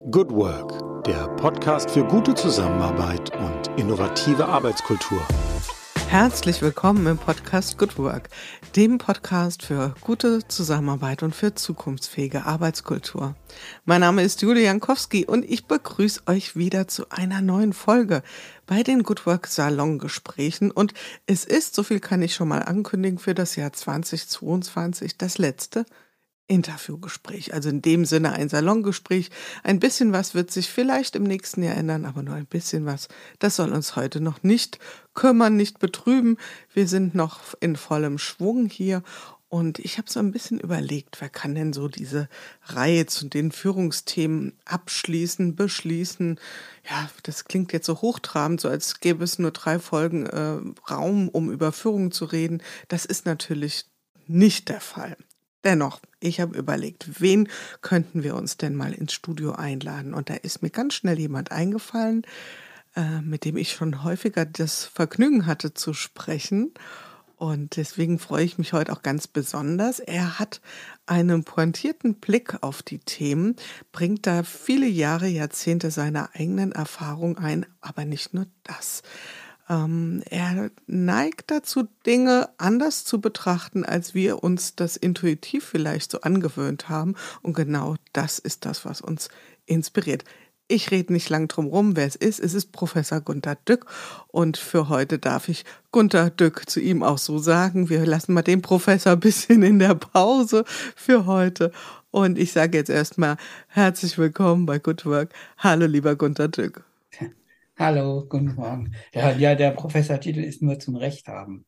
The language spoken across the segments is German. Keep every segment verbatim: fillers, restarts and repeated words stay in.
Good Work, der Podcast für gute Zusammenarbeit und innovative Arbeitskultur. Herzlich willkommen im Podcast Good Work, dem Podcast für gute Zusammenarbeit und für zukunftsfähige Arbeitskultur. Mein Name ist Julia Jankowski und ich begrüße euch wieder zu einer neuen Folge bei den Good Work Salongesprächen. Und es ist, so viel kann ich schon mal ankündigen, für das Jahr zweitausendzweiundzwanzig das letzte Interviewgespräch, also in dem Sinne ein Salongespräch. Ein bisschen was wird sich vielleicht im nächsten Jahr ändern, aber nur ein bisschen was. Das soll uns heute noch nicht kümmern, nicht betrüben. Wir sind noch in vollem Schwung hier und ich habe so ein bisschen überlegt, wer kann denn so diese Reihe zu den Führungsthemen abschließen, beschließen. Ja, das klingt jetzt so hochtrabend, so als gäbe es nur drei Folgen äh, Raum, um über Führung zu reden. Das ist natürlich nicht der Fall. Dennoch, ich habe überlegt, wen könnten wir uns denn mal ins Studio einladen? Und da ist mir ganz schnell jemand eingefallen, äh, mit dem ich schon häufiger das Vergnügen hatte zu sprechen. Und deswegen freue ich mich heute auch ganz besonders. Er hat einen pointierten Blick auf die Themen, bringt da viele Jahre, Jahrzehnte seiner eigenen Erfahrung ein, aber nicht nur das. Ähm, er neigt dazu, Dinge anders zu betrachten, als wir uns das intuitiv vielleicht so angewöhnt haben. Und genau das ist das, was uns inspiriert. Ich rede nicht lang drum rum, wer es ist. Es ist Professor Gunter Dück. Und für heute darf ich Gunter Dück zu ihm auch so sagen. Wir lassen mal den Professor ein bisschen in der Pause für heute. Und ich sage jetzt erstmal herzlich willkommen bei Good Work. Hallo, lieber Gunter Dück. Hallo, guten Morgen. Ja, ja, der Professortitel ist nur zum Recht haben.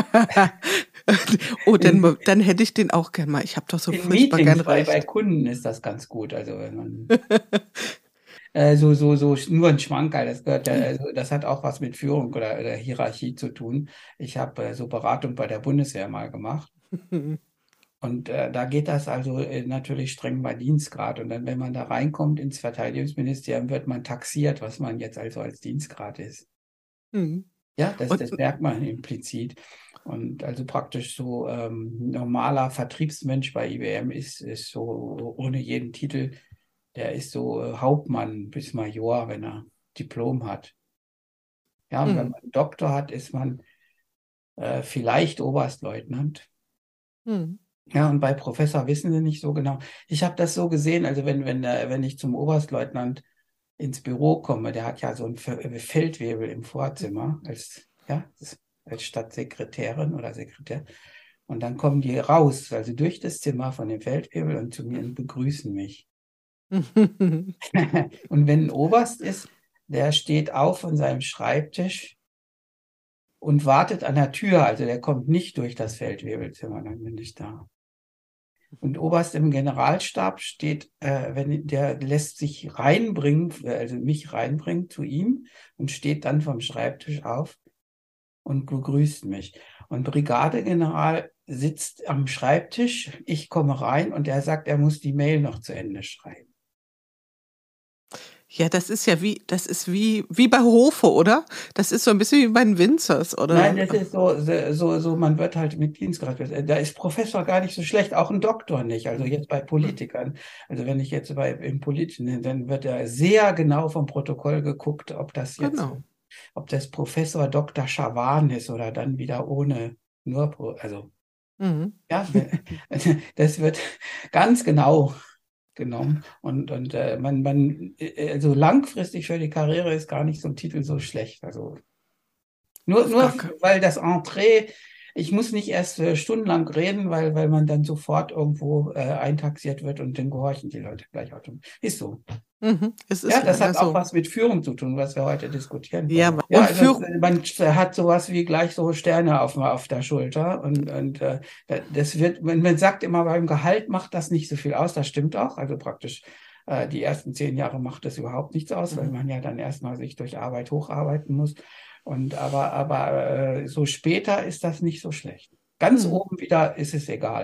oh, dann, dann hätte ich den auch gern mal. Ich habe doch so in furchtbar Meetings, gern bei, Recht. bei Kunden ist das ganz gut. Also wenn man äh, so, so, so nur ein Schmankerl, das gehört ja, also das hat auch was mit Führung oder, oder Hierarchie zu tun. Ich habe äh, so Beratung bei der Bundeswehr mal gemacht. Und äh, da geht das also äh, natürlich streng bei Dienstgrad. Und dann, wenn man da reinkommt ins Verteidigungsministerium, wird man taxiert, was man jetzt also als Dienstgrad ist. Mhm. Ja, das, Und- das merkt man implizit. Und also praktisch so ähm, normaler Vertriebsmensch bei I B M ist, ist so ohne jeden Titel, der ist so äh, Hauptmann bis Major, wenn er Diplom hat. Ja, und wenn Mhm. man einen Doktor hat, ist man äh, vielleicht Oberstleutnant. Mhm. Ja, und bei Professor wissen sie nicht so genau. Ich habe das so gesehen, also wenn, wenn, äh, wenn ich zum Oberstleutnant ins Büro komme, der hat ja so einen Fe- Feldwebel im Vorzimmer als, ja, als Stadtsekretärin oder Sekretär. Und dann kommen die raus, also durch das Zimmer von dem Feldwebel und zu mir und begrüßen mich. Und wenn ein Oberst ist, der steht auf von seinem Schreibtisch und wartet an der Tür, also der kommt nicht durch das Feldwebelzimmer, dann bin ich da. Und Oberst im Generalstab steht, äh, wenn der lässt sich reinbringen, also mich reinbringen zu ihm und steht dann vom Schreibtisch auf und begrüßt mich. Und Brigadegeneral sitzt am Schreibtisch, ich komme rein und er sagt, er muss die Mail noch zu Ende schreiben. Ja, das ist ja wie, das ist wie, wie bei Hofe, oder? Das ist so ein bisschen wie bei den Winzers, oder? Nein, das ist so, so, so, so, man wird halt mit Dienstgrad. Da ist Professor gar nicht so schlecht, auch ein Doktor nicht. Also jetzt bei Politikern. Also wenn ich jetzt bei im Politischen, dann wird ja sehr genau vom Protokoll geguckt, ob das jetzt, Genau. ob das Professor Doktor Schawan ist oder dann wieder ohne nur, Pro, also Mhm. ja, das wird ganz genau genommen und und äh, man man also langfristig für die Karriere ist gar nicht so ein Titel so schlecht. Also Nur, Auf nur gar keinen- weil das Entree, ich muss nicht erst äh, stundenlang reden, weil, weil man dann sofort irgendwo äh, eintaxiert wird und dann gehorchen die Leute gleich automatisch. Ist so. Mhm. Es ist Ja, das leider hat auch so. was mit Führung zu tun, was wir heute diskutieren Ja, wollen. Ja, und also Führung, äh, man hat sowas wie gleich so Sterne auf, auf der Schulter und, und äh, das wird, man, man sagt immer, beim Gehalt macht das nicht so viel aus, das stimmt auch, also praktisch äh, die ersten zehn Jahre macht das überhaupt nichts aus, weil Mhm. man ja dann erstmal sich durch Arbeit hocharbeiten muss. Und aber, aber äh, so später ist das nicht so schlecht. Ganz Mhm. oben wieder ist es egal.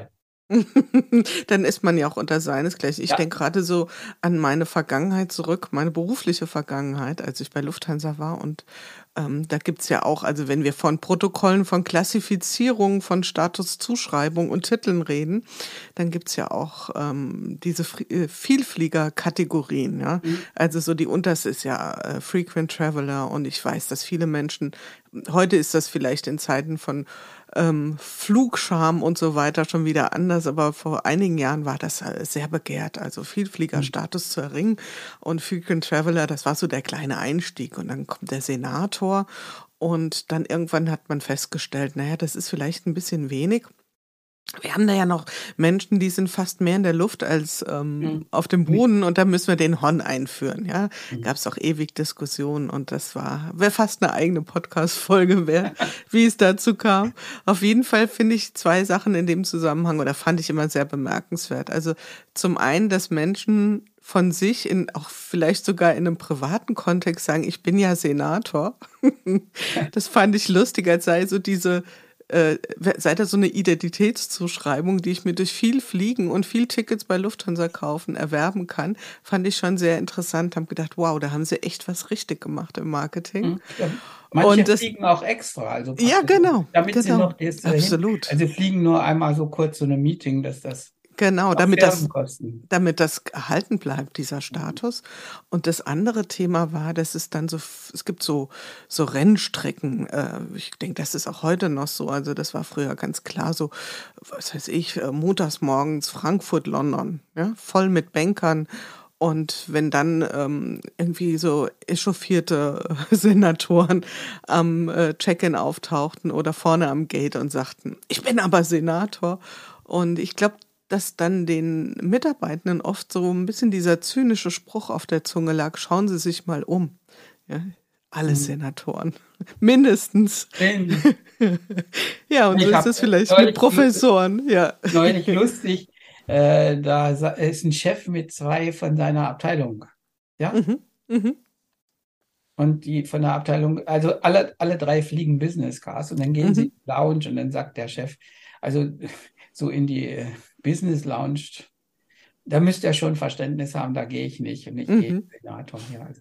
Dann ist man ja auch unter seinesgleichen. Ich Ja. denke gerade so an meine Vergangenheit zurück, meine berufliche Vergangenheit, als ich bei Lufthansa war. Und ähm, da gibt's ja auch, also wenn wir von Protokollen, von Klassifizierung, von Statuszuschreibung und Titeln reden, dann gibt's ja auch ähm, diese Fri- äh, Vielflieger-Kategorien. Ja? Mhm. Also so die unterste ist ja äh, Frequent Traveler. Und ich weiß, dass viele Menschen, heute ist das vielleicht in Zeiten von ähm, Flugscham und so weiter schon wieder anders, aber vor einigen Jahren war das äh, sehr begehrt, also Vielfliegerstatus zu erringen und Frequent Traveler, das war so der kleine Einstieg und dann kommt der Senator und dann irgendwann hat man festgestellt, naja, das ist vielleicht ein bisschen wenig. Wir haben da ja noch Menschen, die sind fast mehr in der Luft als ähm, Mhm. auf dem Boden und da müssen wir den Hon einführen, ja. Mhm. Gab es auch ewig Diskussionen und das war, wäre fast eine eigene Podcast-Folge, wär, wie es dazu kam. Auf jeden Fall finde ich zwei Sachen in dem Zusammenhang oder fand ich immer sehr bemerkenswert. Also zum einen, dass Menschen von sich in auch vielleicht sogar in einem privaten Kontext sagen, ich bin ja Senator. Das fand ich lustig, als sei so diese äh, sei das so eine Identitätszuschreibung, die ich mir durch viel Fliegen und viel Tickets bei Lufthansa kaufen erwerben kann, fand ich schon sehr interessant. Hab gedacht, wow, da haben sie echt was richtig gemacht im Marketing. Mhm. Ja, manche Und das, fliegen auch extra, also ja, praktisch, genau, damit sie genau, noch das äh, hin, absolut. also fliegen nur einmal so kurz so eine Meeting, dass das Genau, auch damit das, Firmenkosten. damit das erhalten bleibt, dieser Status. Und das andere Thema war, dass es dann so, es gibt so, so Rennstrecken. Äh, ich denke, das ist auch heute noch so. Also das war früher ganz klar so, was weiß ich, äh, montags morgens Frankfurt, London, ja, voll mit Bankern. Und wenn dann ähm, irgendwie so echauffierte Senatoren am äh, Check-in auftauchten oder vorne am Gate und sagten, ich bin aber Senator. Und ich glaube, dass dann den Mitarbeitenden oft so ein bisschen dieser zynische Spruch auf der Zunge lag, schauen Sie sich mal um. Ja, alle Mhm. Senatoren, mindestens. Ähm, Ja, und so Ich ist habe es vielleicht mit neulich, lu- Professoren, ja. neulich lustig, äh, da sa- ist ein Chef mit zwei von seiner Abteilung. Ja? Mhm, mhm, Und die von der Abteilung, also alle, alle drei fliegen Business Class und dann gehen sie in mhm, die Lounge und dann sagt der Chef, also so in die äh, Business Lounge, da müsst ihr schon Verständnis haben, da gehe ich nicht und ich gehe mhm. Senator. Ja, also.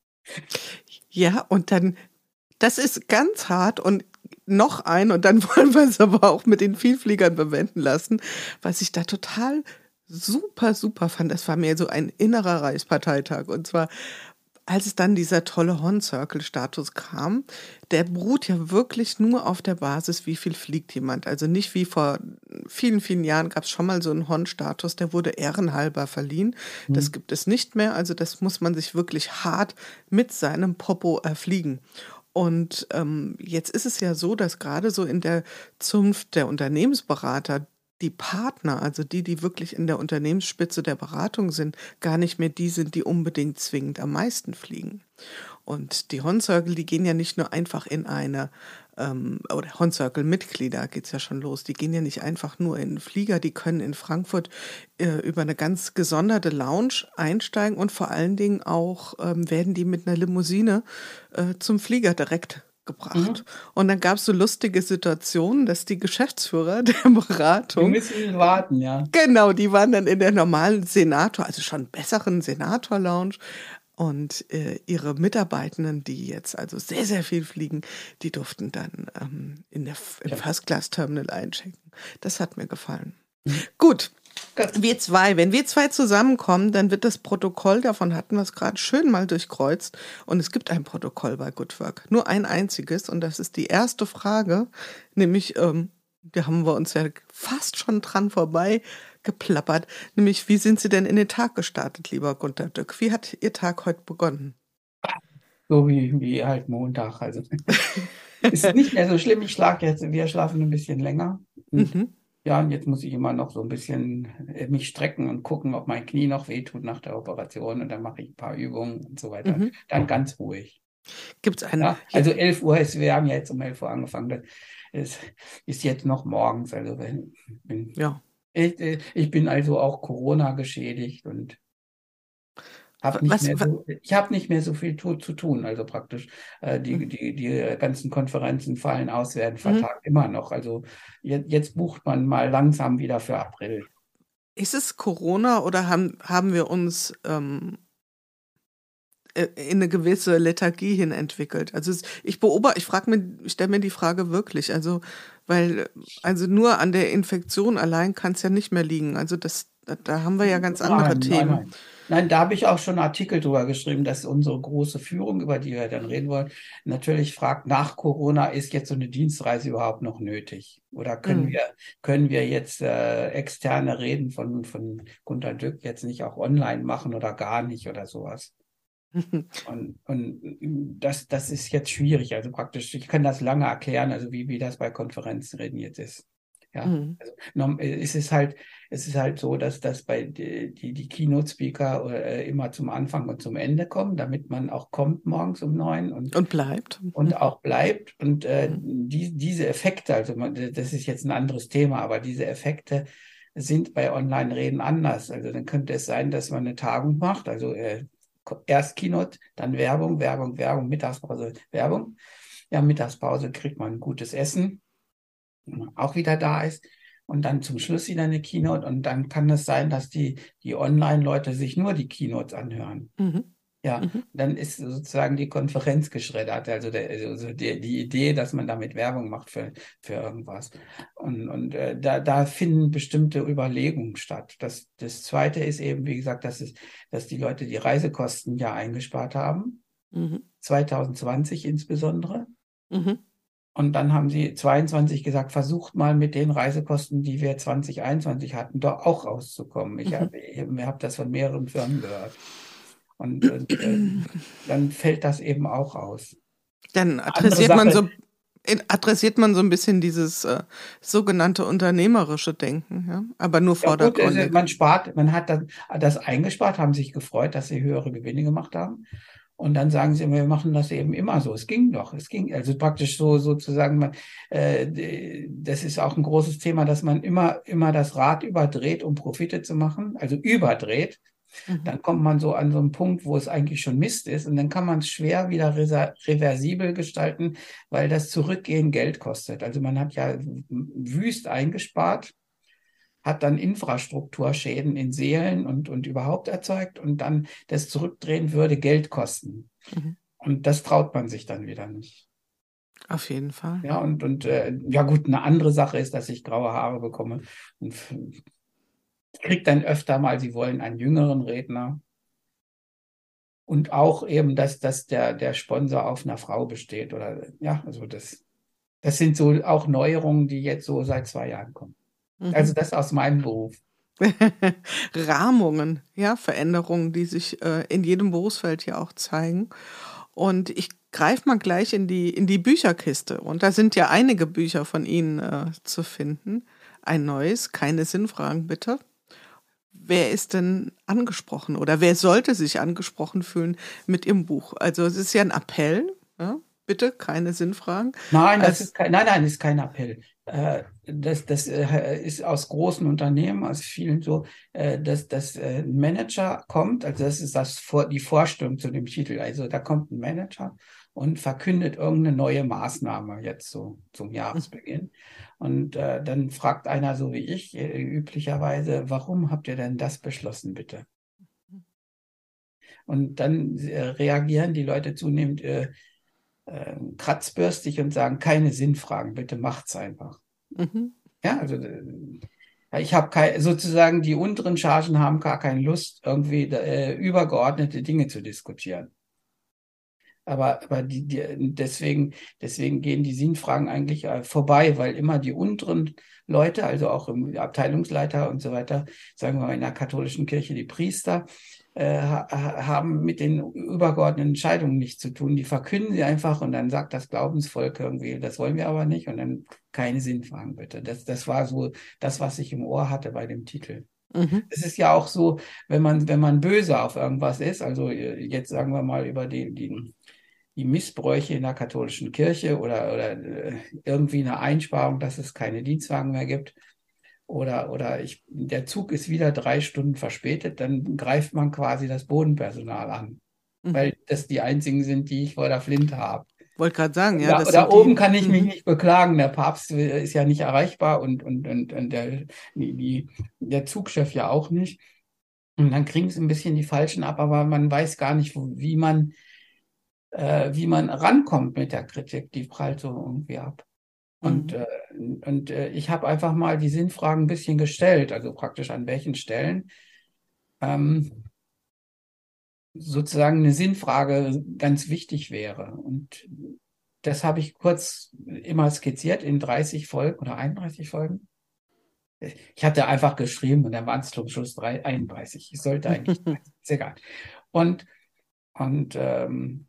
Ja, und dann, das ist ganz hart und noch ein, und dann wollen wir es aber auch mit den Vielfliegern bewenden lassen, was ich da total super, super fand. Das war mir so ein innerer Reichsparteitag. Und zwar, als es dann dieser tolle Horn-Circle-Status kam, der beruht ja wirklich nur auf der Basis, wie viel fliegt jemand. Also nicht wie vor vielen, vielen Jahren gab es schon mal so einen Horn-Status, der wurde ehrenhalber verliehen. Das Hm. gibt es nicht mehr. Also das muss man sich wirklich hart mit seinem Popo erfliegen. Und ähm, jetzt ist es ja so, dass gerade so in der Zunft der Unternehmensberater die Partner, also die, die wirklich in der Unternehmensspitze der Beratung sind, gar nicht mehr die sind, die unbedingt zwingend am meisten fliegen. Und die Horn-Circle, die gehen ja nicht nur einfach in eine, ähm, oder Horn-Circle-Mitglieder geht's ja schon los, die gehen ja nicht einfach nur in den Flieger, die können in Frankfurt äh, über eine ganz gesonderte Lounge einsteigen und vor allen Dingen auch ähm, werden die mit einer Limousine äh, zum Flieger direkt gebracht. Mhm. Und dann gab es so lustige Situationen, dass die Geschäftsführer der Wir Beratung, müssen warten, ja. genau, die waren dann in der normalen Senator, also schon besseren Senator-Lounge. Und äh, ihre Mitarbeitenden, die jetzt also sehr, sehr viel fliegen, die durften dann ähm, in der, im Ja. First-Class-Terminal einchecken. Das hat mir gefallen. Mhm. Gut, Gut. wir zwei, wenn wir zwei zusammenkommen, dann wird das Protokoll, davon hatten wir es gerade schön mal durchkreuzt. Und es gibt ein Protokoll bei Good Work, nur ein einziges. Und das ist die erste Frage, nämlich, ähm, da haben wir uns ja fast schon dran vorbei geplappert, nämlich, wie sind Sie denn in den Tag gestartet, lieber Gunter Dück? Wie hat Ihr Tag heute begonnen? So wie, wie halt Montag. Also ist nicht mehr so schlimm. Ich schlage jetzt, wir schlafen ein bisschen länger. Und Mhm, ja, und jetzt muss ich immer noch so ein bisschen äh, mich strecken und gucken, ob mein Knie noch wehtut nach der Operation. Und dann mache ich ein paar Übungen und so weiter. mhm. Dann ganz ruhig. Gibt's einen, Ja, also elf Uhr ist, wir haben ja jetzt um elf Uhr angefangen. Das ist, ist jetzt noch morgens. Also wenn, bin, ja, ich, äh, ich bin also auch Corona geschädigt und Hab nicht Was, mehr wa- so, ich habe nicht mehr so viel tu, zu tun, also praktisch äh, die, die, die ganzen Konferenzen fallen aus, werden mhm. vertagt, immer noch. Also jetzt, jetzt bucht man mal langsam wieder für April. Ist es Corona oder haben, haben wir uns ähm, äh, in eine gewisse Lethargie hin entwickelt? Also es, ich beobachte, ich frage mir, ich stelle mir die Frage wirklich, also weil also nur an der Infektion allein kann es ja nicht mehr liegen. Also das, da, da haben wir ja ganz andere Nein, nein, Themen. nein. Nein, da habe ich auch schon einen Artikel drüber geschrieben, dass unsere große Führung, über die wir dann reden wollen, natürlich fragt, nach Corona, ist jetzt so eine Dienstreise überhaupt noch nötig? Oder können Mhm. wir, können wir jetzt äh, externe Reden von, von Gunter Dück jetzt nicht auch online machen oder gar nicht oder sowas? Und, und das, das ist jetzt schwierig. Also praktisch, ich kann das lange erklären, also wie, wie das bei Konferenzreden jetzt ist. Ja, Mhm. also norm- es ist halt, es ist halt so, dass das bei die, die, die Keynote-Speaker äh, immer zum Anfang und zum Ende kommen, damit man auch kommt morgens um neun und, Und bleibt. und auch bleibt. Und äh, Mhm. die, diese Effekte, also man, das ist jetzt ein anderes Thema, aber diese Effekte sind bei Online-Reden anders. Also dann könnte es sein, dass man eine Tagung macht, also äh, erst Keynote, dann Werbung, Werbung, Werbung, Mittagspause, Werbung. Ja, Mittagspause kriegt man gutes Essen, wenn man auch wieder da ist. Und dann zum Schluss wieder eine Keynote. Und dann kann es sein, dass die, die Online-Leute sich nur die Keynotes anhören. Mhm. Ja, Mhm. dann ist sozusagen die Konferenz geschreddert. Also, der, also die, die Idee, dass man damit Werbung macht für, für irgendwas. Und, und äh, da, da finden bestimmte Überlegungen statt. Das, das Zweite ist eben, wie gesagt, dass, es, dass die Leute die Reisekosten ja eingespart haben. Mhm. zwanzig zwanzig insbesondere. Mhm. Und dann haben sie zweiundzwanzig gesagt, versucht mal mit den Reisekosten, die wir zwanzig einundzwanzig hatten, doch auch rauszukommen. Ich Mhm. habe ich hab das von mehreren Firmen gehört. Und, und äh, dann fällt das eben auch aus. Dann Andere adressiert man Sache, so, in- adressiert man so ein bisschen dieses äh, sogenannte unternehmerische Denken, ja, aber nur ja gut, also vordergründig. man spart, man hat das, das eingespart, haben sich gefreut, dass sie höhere Gewinne gemacht haben. Und dann sagen sie, wir machen das eben immer so. Es ging doch, es ging, also praktisch so sozusagen, man, äh, das ist auch ein großes Thema, dass man immer, immer das Rad überdreht, um Profite zu machen, also überdreht. Mhm. Dann kommt man so an so einen Punkt, wo es eigentlich schon Mist ist und dann kann man es schwer wieder reser- reversibel gestalten, weil das Zurückgehen Geld kostet. Also man hat ja wüst eingespart, hat dann Infrastrukturschäden in Seelen und, und überhaupt erzeugt und dann das Zurückdrehen würde Geld kosten. Mhm. Und das traut man sich dann wieder nicht. Auf jeden Fall. Ja, und, und äh, ja gut, eine andere Sache ist, dass ich graue Haare bekomme und kriege dann öfter mal, sie wollen einen jüngeren Redner. Und auch eben, dass, dass der, der Sponsor auf einer Frau besteht. Oder ja, also das, das sind so auch Neuerungen, die jetzt so seit zwei Jahren kommen. Also Mhm. das aus meinem Beruf. Rahmungen, ja, Veränderungen, die sich äh, in jedem Berufsfeld ja auch zeigen. Und ich greife mal gleich in die, in die Bücherkiste. Und da sind ja einige Bücher von Ihnen äh, zu finden. Ein neues, keine Sinnfragen bitte. Wer ist denn angesprochen oder wer sollte sich angesprochen fühlen mit Ihrem Buch? Also es ist ja ein Appell, ja? Bitte keine Sinnfragen. Nein, das ist Als, kein, nein, nein, ist kein Appell. Äh, das das äh, ist aus großen Unternehmen, aus vielen so, äh, dass, dass äh, ein Manager kommt, also das ist das vor, die Vorstellung zu dem Titel. Also da kommt ein Manager und verkündet irgendeine neue Maßnahme jetzt so zum Jahresbeginn. Und äh, dann fragt einer so wie ich äh, üblicherweise, warum habt ihr denn das beschlossen, bitte? Und dann äh, reagieren die Leute zunehmend äh, äh, kratzbürstig und sagen, keine Sinnfragen, bitte macht's einfach. mhm, Ja, also äh, ich habe kein, sozusagen die unteren Chargen haben gar keine Lust, irgendwie äh, übergeordnete Dinge zu diskutieren. Aber, aber die, die, deswegen, deswegen gehen die Sinnfragen eigentlich äh, vorbei, weil immer die unteren Leute, also auch im Abteilungsleiter und so weiter, sagen wir mal in der katholischen Kirche, die Priester, äh, ha, haben mit den übergeordneten Entscheidungen nichts zu tun. Die verkünden sie einfach und dann sagt das Glaubensvolk irgendwie, das wollen wir aber nicht und dann keine Sinnfragen bitte. Das, das war so das, was ich im Ohr hatte bei dem Titel. mhm, Es ist ja auch so, wenn man, wenn man böse auf irgendwas ist, also äh, jetzt sagen wir mal über die, die die Missbräuche in der katholischen Kirche oder, oder äh, irgendwie eine Einsparung, dass es keine Dienstwagen mehr gibt. oder, oder ich, der Zug ist wieder drei Stunden verspätet, dann greift man quasi das Bodenpersonal an, Mhm. weil das die einzigen sind, die ich vor der Flinte habe. Wollte gerade sagen, ja, Da, das da sind oben die. kann ich mich Mhm. nicht beklagen. Der Papst äh, ist ja nicht erreichbar und, und, und, und der, die, die, der Zugchef ja auch nicht. Und dann kriegen sie ein bisschen die Falschen ab, aber man weiß gar nicht, wo- wie man, äh, wie man rankommt mit der Kritik. Die prallt so irgendwie ab. Und, Mhm. äh, und äh, ich habe einfach mal die Sinnfragen ein bisschen gestellt, also praktisch an welchen Stellen ähm, sozusagen eine Sinnfrage ganz wichtig wäre. Und das habe ich kurz immer skizziert in dreißig Folgen oder einunddreißig Folgen. Ich hatte einfach geschrieben und dann waren es zum Schluss drei, einunddreißig. Ich sollte eigentlich, ist egal. Und, und ähm,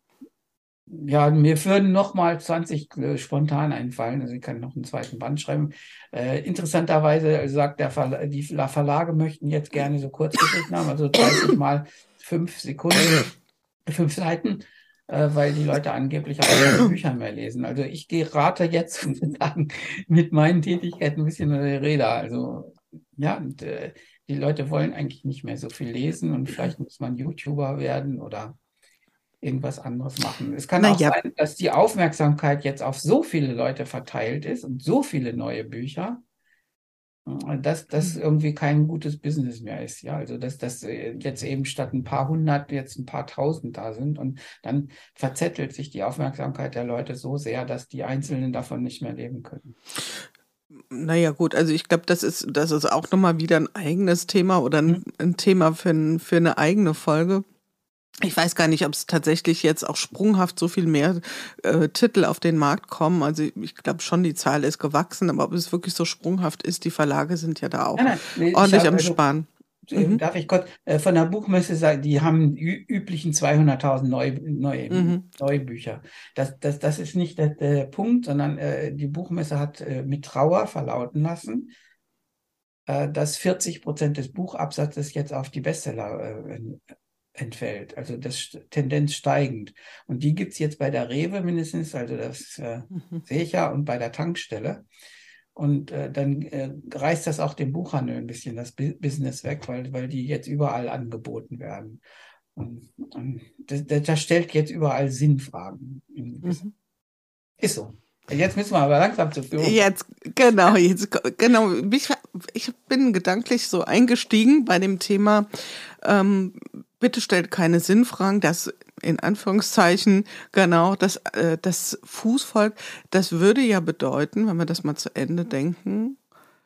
ja, mir würden noch mal zwanzig äh, spontan einfallen. Also ich kann noch einen zweiten Band schreiben. Äh, interessanterweise sagt der Verla die Verlage möchten jetzt gerne so Kurzgeschichten haben, also dreißig mal fünf Sekunden, fünf Seiten, äh, weil die Leute angeblich auch keine Bücher mehr lesen. Also ich gerate jetzt sozusagen mit meinen Tätigkeiten ein bisschen unter die Räder. Also ja, und, äh, die Leute wollen eigentlich nicht mehr so viel lesen und vielleicht muss man YouTuber werden oder irgendwas anderes machen. Es kann auch Naja, sein, dass die Aufmerksamkeit jetzt auf so viele Leute verteilt ist und so viele neue Bücher, äh, dass das irgendwie kein gutes Business mehr ist. Ja, also dass das äh, jetzt eben statt ein paar hundert jetzt ein paar tausend da sind und dann verzettelt sich die Aufmerksamkeit der Leute so sehr, dass die Einzelnen davon nicht mehr leben können. naja, gut, also ich glaube, das ist, das ist auch nochmal wieder ein eigenes Thema oder Hm? ein, ein Thema für, ein, für eine eigene Folge. Ich weiß gar nicht, ob es tatsächlich jetzt auch sprunghaft so viel mehr äh, Titel auf den Markt kommen. Also ich, ich glaube schon, die Zahl ist gewachsen, aber ob es wirklich so sprunghaft ist, die Verlage sind ja da auch Nein, nein, nee, ich ordentlich hab, am also, Sparen. äh, Mhm. darf ich kurz äh, von der Buchmesse sagen, die haben ü üblichen zweihunderttausend Neu Neu Mhm. Neubücher. Das, das, das ist nicht der, der Punkt, sondern äh, die Buchmesse hat äh, mit Trauer verlauten lassen, äh, dass vierzig Prozent des Buchabsatzes jetzt auf die Bestseller äh, entfällt. Also das st- Tendenz steigend. Und die gibt es jetzt bei der Rewe mindestens, also das äh, Mhm. sehe ich ja, und bei der Tankstelle. Und äh, dann äh, reißt das auch dem Buchhandel ein bisschen das Bu- Business weg, weil, weil die jetzt überall angeboten werden. Und, und das, das das stellt jetzt überall Sinnfragen. Mhm. Ist so. Jetzt müssen wir aber langsam zur Führung kommen. Jetzt, genau, jetzt, genau. Ich, ich bin gedanklich so eingestiegen bei dem Thema, ähm, bitte stellt keine Sinnfragen, das in Anführungszeichen, genau, das, äh, das Fußvolk, das würde ja bedeuten, wenn wir das mal zu Ende denken,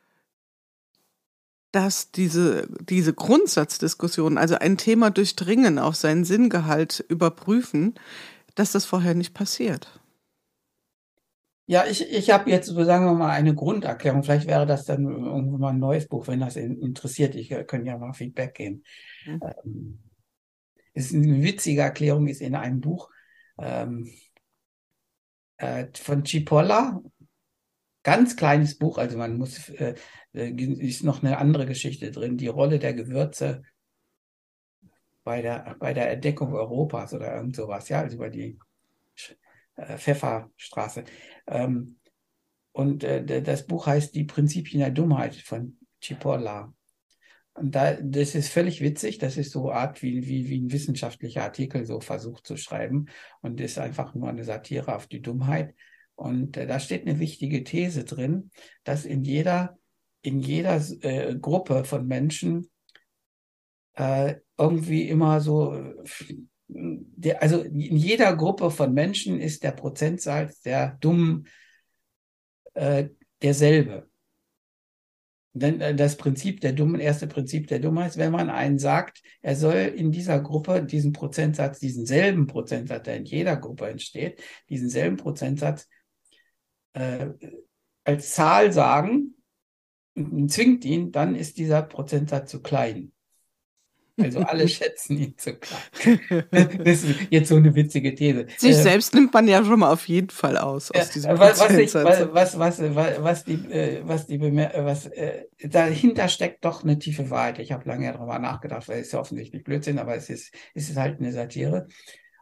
dass diese, diese Grundsatzdiskussion, also ein Thema durchdringen, auf seinen Sinngehalt überprüfen, dass das vorher nicht passiert. Ja, ich, ich habe jetzt, so sagen wir mal, eine Grunderklärung. Vielleicht wäre das dann irgendwann mal ein neues Buch, wenn das in, interessiert. Ich äh, könnte ja mal Feedback geben. Hm. Ähm, es ist eine witzige Erklärung, ist in einem Buch ähm, äh, von Cipolla. Ganz kleines Buch, also man muss, äh, äh, ist noch eine andere Geschichte drin, die Rolle der Gewürze bei der, bei der Entdeckung Europas oder irgend sowas, ja, also über die äh, Pfefferstraße. Ähm, und äh, das Buch heißt Die Prinzipien der Dummheit von Cipolla. Und da, das ist völlig witzig, das ist so Art, wie, wie, wie ein wissenschaftlicher Artikel so versucht zu schreiben und ist einfach nur eine Satire auf die Dummheit. Und äh, da steht eine wichtige These drin, dass in jeder, in jeder äh, Gruppe von Menschen äh, irgendwie immer so, äh, der, also in jeder Gruppe von Menschen ist der Prozentsatz der Dummen äh, derselbe. Denn äh, das Prinzip der Dummen, erste Prinzip der Dummheit ist, wenn man einen sagt, er soll in dieser Gruppe diesen Prozentsatz, diesen selben Prozentsatz, der in jeder Gruppe entsteht, diesen selben Prozentsatz äh, als Zahl sagen und zwingt ihn, dann ist dieser Prozentsatz zu klein. Also alle schätzen ihn zu klein. Das ist jetzt so eine witzige These. Sich Äh, selbst nimmt man ja schon mal auf jeden Fall aus, Ja, aus diesem was, was, ich, Prozentsatz. was, was, was, was die, äh, was die Bemer was, äh, dahinter steckt doch eine tiefe Wahrheit. Ich habe lange darüber nachgedacht, weil es ist ja offensichtlich Blödsinn, aber es ist, es ist halt eine Satire.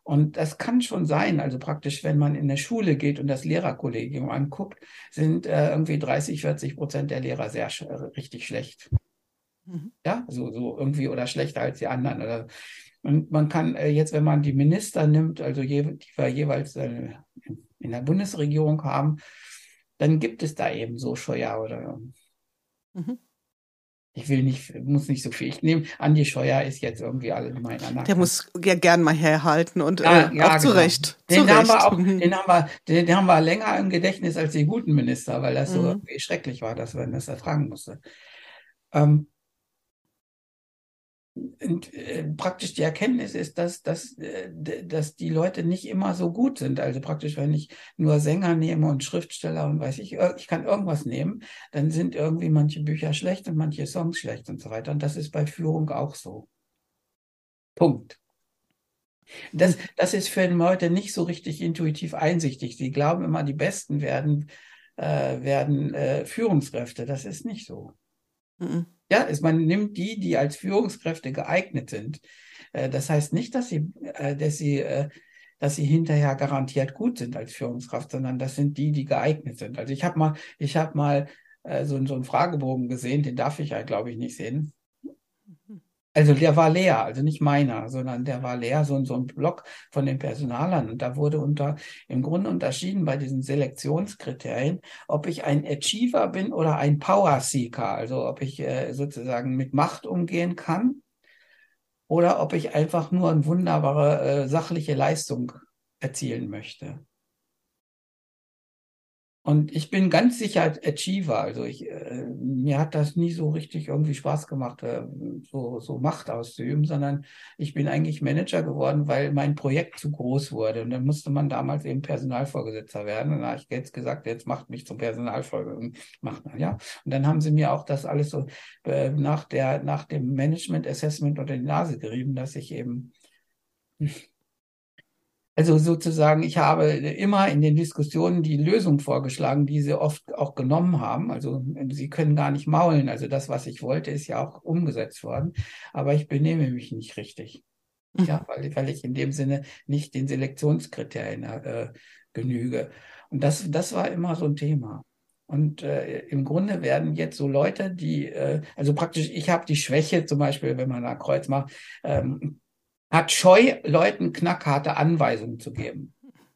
Und das kann schon sein, also praktisch, wenn man in eine Schule geht und das Lehrerkollegium anguckt, sind äh, irgendwie dreißig, vierzig Prozent der Lehrer sehr sch richtig schlecht. Mhm. Ja, so, so irgendwie oder schlechter als die anderen. Oder, und man kann äh, jetzt, wenn man die Minister nimmt, also je, die wir jeweils äh, in der Bundesregierung haben, dann gibt es da eben so Scheuer oder Mhm. ich will nicht, muss nicht so viel. Ich nehme, Andi Scheuer ist jetzt irgendwie allgemein anerkannt. Der muss ja gern mal herhalten und Ja, äh, ja, auch zu genau. Recht. Den Zu haben wir Recht. auch, den haben wir, den, den haben wir länger im Gedächtnis als die guten Minister, weil das so Mhm. irgendwie schrecklich war, dass man das ertragen musste. Ähm, und, äh, praktisch die Erkenntnis ist, dass, dass, äh, d- dass die Leute nicht immer so gut sind. Also praktisch, wenn ich nur Sänger nehme und Schriftsteller und weiß ich, ir- ich kann irgendwas nehmen, dann sind irgendwie manche Bücher schlecht und manche Songs schlecht und so weiter. Und das ist bei Führung auch so. Punkt. Das, das ist für die Leute nicht so richtig intuitiv einsichtig. Sie glauben immer, die Besten werden, äh, werden äh, Führungskräfte. Das ist nicht so. Mhm. Ja, ist, man nimmt die, die als Führungskräfte geeignet sind. Äh, das heißt nicht, dass sie, äh, dass sie, äh, dass sie hinterher garantiert gut sind als Führungskraft, sondern das sind die, die geeignet sind. Also ich habe mal, ich habe mal äh, so, so einen Fragebogen gesehen, den darf ich ja, glaube ich, nicht sehen. Also der war leer, also nicht meiner, sondern der war leer, so, so ein Block von den Personalern. Und da wurde unter, im Grunde unterschieden bei diesen Selektionskriterien, ob ich ein Achiever bin oder ein Power Seeker, also ob ich äh, sozusagen mit Macht umgehen kann oder ob ich einfach nur eine wunderbare äh, sachliche Leistung erzielen möchte. Und ich bin ganz sicher Achiever. Also ich, äh, mir hat das nie so richtig irgendwie Spaß gemacht, äh, so, so Macht auszuüben, sondern ich bin eigentlich Manager geworden, weil mein Projekt zu groß wurde. Und dann musste man damals eben Personalvorgesetzter werden. Und da habe ich jetzt gesagt, jetzt macht mich zum Personalvorgesetzten. Macht man, ja. Und dann haben sie mir auch das alles so äh, nach der, nach dem Management Assessment unter die Nase gerieben, dass ich eben also sozusagen, ich habe immer in den Diskussionen die Lösung vorgeschlagen, die sie oft auch genommen haben. Also sie können gar nicht maulen. Also das, was ich wollte, ist ja auch umgesetzt worden. Aber ich benehme mich nicht richtig. Ja, weil, weil ich in dem Sinne nicht den Selektionskriterien äh, genüge. Und das, das war immer so ein Thema. Und äh, im Grunde werden jetzt so Leute, die, äh, also praktisch, ich habe die Schwäche, zum Beispiel, wenn man da Kreuz macht, ähm, hat Scheu, Leuten knackharte Anweisungen zu geben.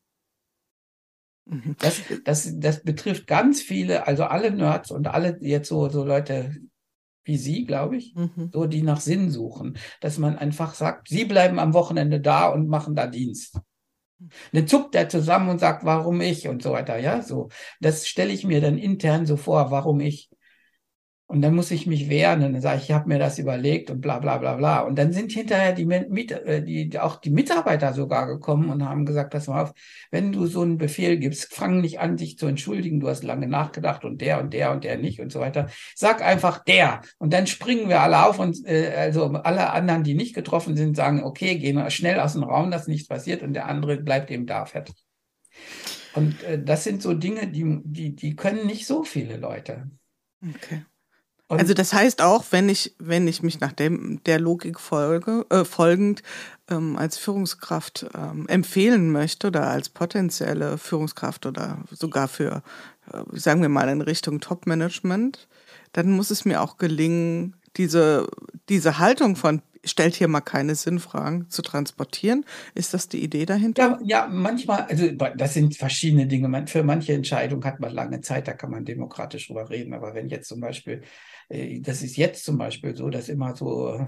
Mhm. Das, das, das betrifft ganz viele, also alle Nerds und alle jetzt so, so Leute wie Sie, glaube ich, Mhm. so die nach Sinn suchen, dass man einfach sagt, Sie bleiben am Wochenende da und machen da Dienst. Dann zuckt er zusammen und sagt, warum ich und so weiter, ja, so. Das stelle ich mir dann intern so vor, warum ich. Und dann muss ich mich wehren und dann sage ich, ich habe mir das überlegt und bla bla bla bla. Und dann sind hinterher die, die, die, auch die Mitarbeiter sogar gekommen und haben gesagt, pass mal auf, wenn du so einen Befehl gibst, fang nicht an, dich zu entschuldigen, du hast lange nachgedacht und der und der und der nicht und so weiter. Sag einfach der. Und dann springen wir alle auf und äh, also alle anderen, die nicht getroffen sind, sagen, okay, gehen schnell aus dem Raum, dass nichts passiert und der andere bleibt eben da fertig. Und äh, das sind so Dinge, die, die, die können nicht so viele Leute. Okay. Und Also das heißt auch, wenn ich, wenn ich mich nach dem, der Logik folge, äh, folgend ähm, als Führungskraft ähm, empfehlen möchte oder als potenzielle Führungskraft oder sogar für, äh, sagen wir mal, in Richtung Top-Management, dann muss es mir auch gelingen, diese, diese Haltung von stellt hier mal keine Sinnfragen zu transportieren. Ist das die Idee dahinter? Ja, ja, manchmal, also das sind verschiedene Dinge. Man, für manche Entscheidungen hat man lange Zeit, da kann man demokratisch drüber reden. Aber wenn jetzt zum Beispiel, äh, das ist jetzt zum Beispiel so, dass immer so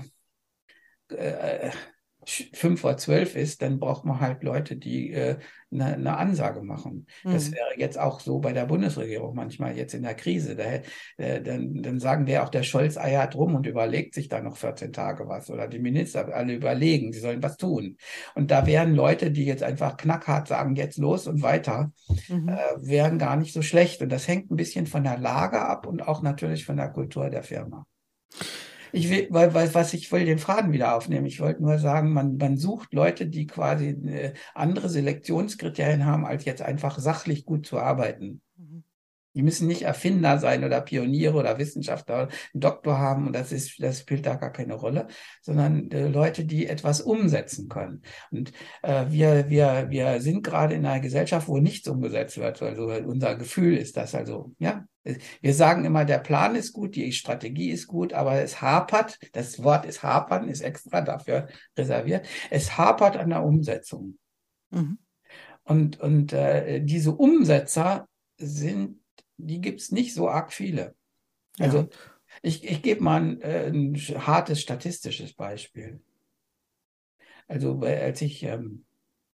äh, fünf vor zwölf ist, dann braucht man halt Leute, die äh, eine, eine Ansage machen. Das Mhm. wäre jetzt auch so bei der Bundesregierung manchmal jetzt in der Krise. Da, äh, dann, dann sagen wir auch, der Scholz eiert rum und überlegt sich da noch vierzehn Tage was. Oder die Minister alle überlegen, sie sollen was tun. Und da wären Leute, die jetzt einfach knackhart sagen, jetzt los und weiter, Mhm. äh, wären gar nicht so schlecht. Und das hängt ein bisschen von der Lage ab und auch natürlich von der Kultur der Firma. Ich will, weil, weil, was ich will den Faden wieder aufnehmen. Ich wollte nur sagen, man, man sucht Leute, die quasi äh, andere Selektionskriterien haben, als jetzt einfach sachlich gut zu arbeiten. Mhm. Die müssen nicht Erfinder sein oder Pioniere oder Wissenschaftler oder einen Doktor haben, und das ist, das spielt da gar keine Rolle, sondern äh, Leute, die etwas umsetzen können. Und äh, wir, wir, wir sind gerade in einer Gesellschaft, wo nichts umgesetzt wird. Also unser Gefühl ist das also, ja. Wir sagen immer, der Plan ist gut, die Strategie ist gut, aber es hapert, das Wort ist hapern, ist extra dafür reserviert, es hapert an der Umsetzung. Mhm. Und, und äh, diese Umsetzer sind, die gibt es nicht so arg viele. Also ja. ich, ich gebe mal ein, ein hartes statistisches Beispiel. Also als ich, ähm,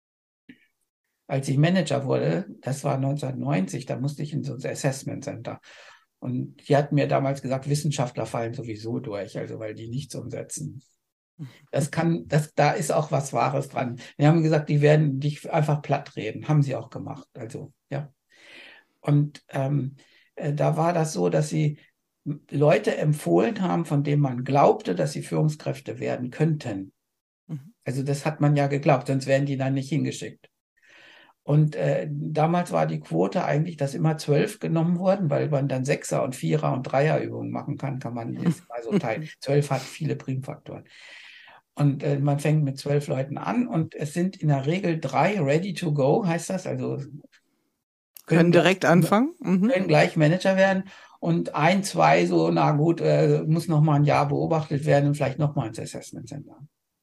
als ich Manager wurde, das war neunzehnhundertneunzig, da musste ich in so ein Assessment Center. Und die hatten mir damals gesagt, Wissenschaftler fallen sowieso durch, also weil die nichts umsetzen. Das kann, das, da ist auch was Wahres dran. Wir haben gesagt, die werden dich einfach platt reden. Haben sie auch gemacht. Also, ja. Und ähm, äh, da war das so, dass sie Leute empfohlen haben, von denen man glaubte, dass sie Führungskräfte werden könnten. Mhm. Also das hat man ja geglaubt, sonst wären die dann nicht hingeschickt. Und äh, damals war die Quote eigentlich, dass immer zwölf genommen wurden, weil man dann Sechser- und Vierer- und Dreier-Übungen machen kann, kann man jetzt mal so teilen. Zwölf hat viele Primfaktoren. Und äh, man fängt mit zwölf Leuten an und es sind in der Regel drei ready to go, heißt das, also können, können direkt gleich, anfangen, mhm. können gleich Manager werden, und ein, zwei so, na gut, äh, muss noch mal ein Jahr beobachtet werden und vielleicht noch mal ins Assessment Center.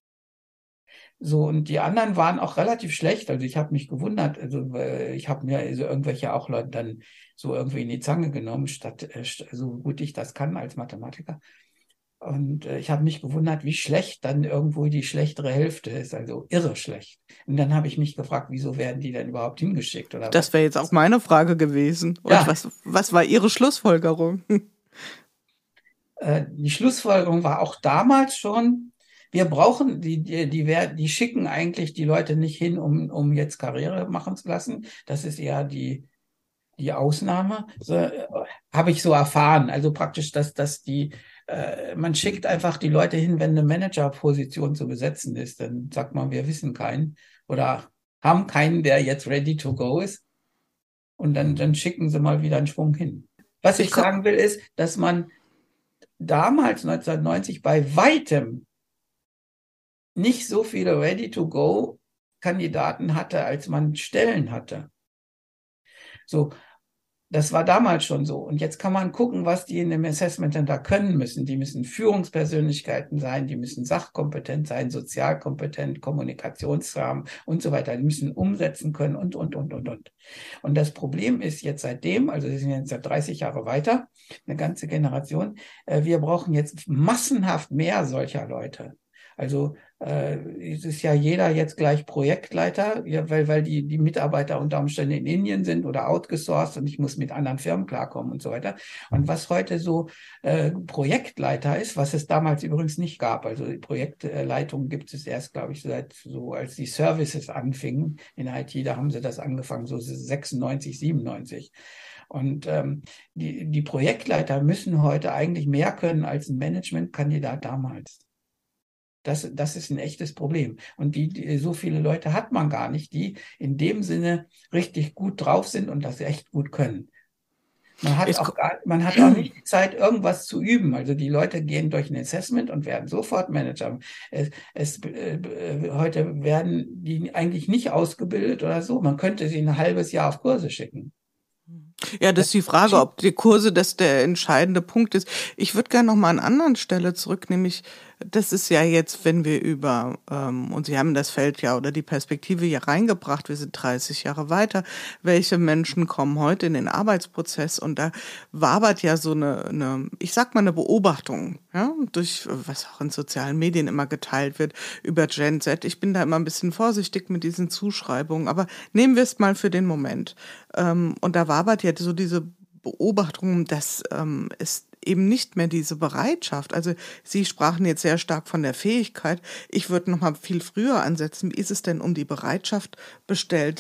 So, und die anderen waren auch relativ schlecht. Also ich habe mich gewundert. Also ich habe mir also irgendwelche auch Leute dann so irgendwie in die Zange genommen, statt äh, so gut ich das kann als Mathematiker. Und äh, ich habe mich gewundert, wie schlecht dann irgendwo die schlechtere Hälfte ist. Also irre schlecht. Und dann habe ich mich gefragt, wieso werden die denn überhaupt hingeschickt? Oder das wäre jetzt auch meine Frage gewesen. Und ja. was, was war Ihre Schlussfolgerung? Äh, die Schlussfolgerung war auch damals schon, wir brauchen, die, die, die, die schicken eigentlich die Leute nicht hin, um, um jetzt Karriere machen zu lassen. Das ist eher die, die Ausnahme. So, äh, habe ich so erfahren. Also praktisch, dass, dass die, äh, man schickt einfach die Leute hin, wenn eine Managerposition zu besetzen ist. Dann sagt man, wir wissen keinen oder haben keinen, der jetzt ready to go ist. Und dann, dann schicken sie mal wieder einen Schwung hin. Was ich, ich sagen will, ist, dass man damals neunzehnhundertneunzig bei weitem nicht so viele Ready-to-Go-Kandidaten hatte, als man Stellen hatte. So, das war damals schon so. Und jetzt kann man gucken, was die in dem Assessment Center können müssen. Die müssen Führungspersönlichkeiten sein, die müssen sachkompetent sein, sozialkompetent, Kommunikationsrahmen und so weiter. Die müssen umsetzen können und, und, und, und, und. Und das Problem ist jetzt seitdem, also wir sind jetzt seit dreißig Jahre weiter, eine ganze Generation, wir brauchen jetzt massenhaft mehr solcher Leute. Also äh, es ist ja jeder jetzt gleich Projektleiter, ja, weil, weil die, die Mitarbeiter unter Umständen in Indien sind oder outgesourced und ich muss mit anderen Firmen klarkommen und so weiter. Und was heute so äh, Projektleiter ist, was es damals übrigens nicht gab, also die Projektleitung gibt es erst, glaube ich, seit so, als die Services anfingen in I T, da haben sie das angefangen, so sechsundneunzig, siebenundneunzig. Und ähm, die, die Projektleiter müssen heute eigentlich mehr können als ein Managementkandidat damals. Das, das ist ein echtes Problem. Und die, die, so viele Leute hat man gar nicht, die in dem Sinne richtig gut drauf sind und das echt gut können. Man hat, auch gar, man hat auch nicht die Zeit, irgendwas zu üben. Also die Leute gehen durch ein Assessment und werden sofort Manager. Es, es, äh, heute werden die eigentlich nicht ausgebildet oder so. Man könnte sie ein halbes Jahr auf Kurse schicken. Ja, das ist die Frage, ob die Kurse das der entscheidende Punkt ist. Ich würde gerne noch mal an einer anderen Stelle zurück, nämlich das ist ja jetzt, wenn wir über, ähm, und Sie haben das Feld ja oder die Perspektive hier reingebracht, wir sind dreißig Jahre weiter, welche Menschen kommen heute in den Arbeitsprozess und da wabert ja so eine, eine ich sag mal eine Beobachtung, ja, durch, was auch in sozialen Medien immer geteilt wird, über Gen Z. Ich bin da immer ein bisschen vorsichtig mit diesen Zuschreibungen, aber nehmen wir es mal für den Moment. Ähm, und da wabert ja so diese Beobachtung, dass ähm, es eben nicht mehr diese Bereitschaft, also Sie sprachen jetzt sehr stark von der Fähigkeit, ich würde noch mal viel früher ansetzen, wie ist es denn um die Bereitschaft bestellt,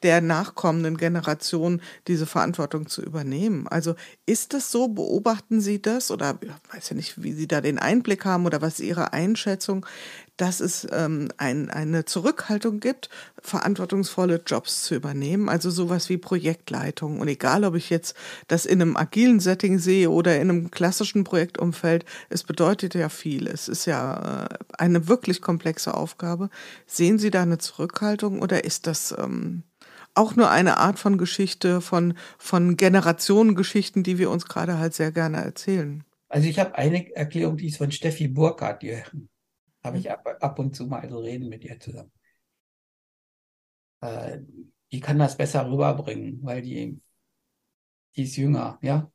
der nachkommenden Generation diese Verantwortung zu übernehmen. Also ist das so? Beobachten Sie das? Oder ich weiß ja nicht, wie Sie da den Einblick haben oder was Ihre Einschätzung, dass es ähm, ein, eine Zurückhaltung gibt, verantwortungsvolle Jobs zu übernehmen, also sowas wie Projektleitung. Und egal, ob ich jetzt das in einem agilen Setting sehe oder in einem klassischen Projektumfeld, es bedeutet ja viel. Es ist ja äh, eine wirklich komplexe Aufgabe. Sehen Sie da eine Zurückhaltung oder ist das ähm, auch nur eine Art von Geschichte, von, von Generationengeschichten, die wir uns gerade halt sehr gerne erzählen? Also ich habe eine Erklärung, die ist von Steffi Burkhardt, die habe ich ab, ab und zu mal so reden mit ihr zusammen. Äh, die kann das besser rüberbringen, weil die, die ist jünger, ja.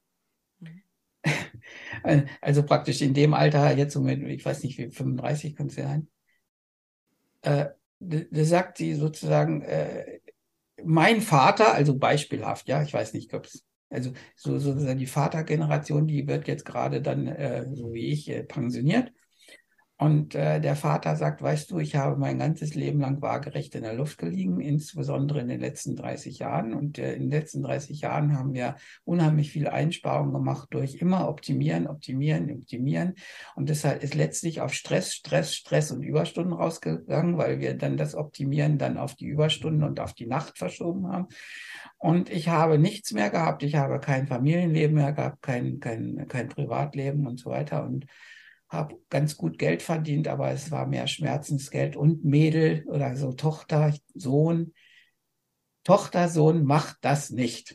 Also praktisch in dem Alter, jetzt so mit, ich weiß nicht, wie fünfunddreißig könnte sie sein, äh, da, da sagt sie sozusagen, äh, mein Vater, also beispielhaft, ja, ich weiß nicht, ob es, also so, sozusagen die Vatergeneration, die wird jetzt gerade dann, äh, so wie ich, äh, pensioniert. Und äh, der Vater sagt, weißt du, ich habe mein ganzes Leben lang waagerecht in der Luft gelegen, insbesondere in den letzten dreißig Jahren. Und äh, in den letzten dreißig Jahren haben wir unheimlich viel Einsparungen gemacht durch immer optimieren, optimieren, optimieren. Und deshalb ist letztlich auf Stress, Stress, Stress und Überstunden rausgegangen, weil wir dann das Optimieren dann auf die Überstunden und auf die Nacht verschoben haben. Und ich habe nichts mehr gehabt. Ich habe kein Familienleben mehr gehabt, kein, kein, kein Privatleben und so weiter. Und habe ganz gut Geld verdient, aber es war mehr Schmerzensgeld und Mädel oder so Tochter, Sohn. Tochter, Sohn macht das nicht,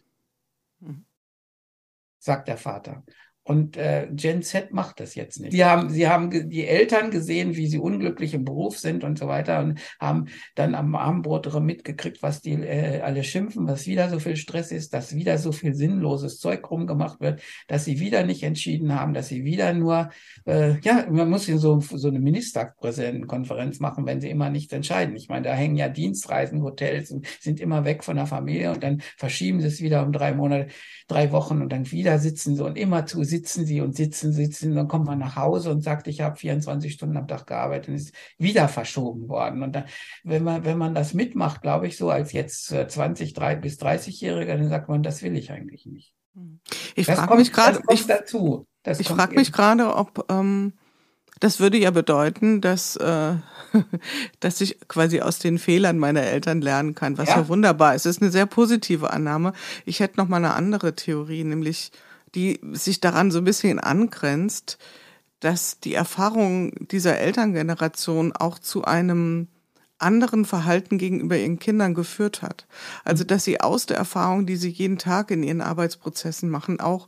sagt der Vater. Und äh, Gen Z macht das jetzt nicht. Sie haben, sie haben die Eltern gesehen, wie sie unglücklich im Beruf sind und so weiter und haben dann am Abendbrot mitgekriegt, was die äh, alle schimpfen, was wieder so viel Stress ist, dass wieder so viel sinnloses Zeug rumgemacht wird, dass sie wieder nicht entschieden haben, dass sie wieder nur, äh, ja, man muss hier so, so eine Ministerpräsidentenkonferenz machen, wenn sie immer nichts entscheiden. Ich meine, da hängen ja Dienstreisen, Hotels und sind immer weg von der Familie und dann verschieben sie es wieder um drei Monate, drei Wochen und dann wieder sitzen sie und immer zu sitzen sie und sitzen, sitzen, dann kommt man nach Hause und sagt, ich habe vierundzwanzig Stunden am Tag gearbeitet und ist wieder verschoben worden. Und dann, wenn man, wenn man das mitmacht, glaube ich, so als jetzt zwanzig bis dreißig-Jähriger, dann sagt man, das will ich eigentlich nicht. Ich frage mich gerade, ich, dazu. Das ich frage mich gerade, ob ähm, das würde ja bedeuten, dass, äh, dass ich quasi aus den Fehlern meiner Eltern lernen kann, was ja, ja wunderbar ist. Es ist eine sehr positive Annahme. Ich hätte noch mal eine andere Theorie, nämlich die sich daran so ein bisschen angrenzt, dass die Erfahrung dieser Elterngeneration auch zu einem anderen Verhalten gegenüber ihren Kindern geführt hat. Also dass sie aus der Erfahrung, die sie jeden Tag in ihren Arbeitsprozessen machen, auch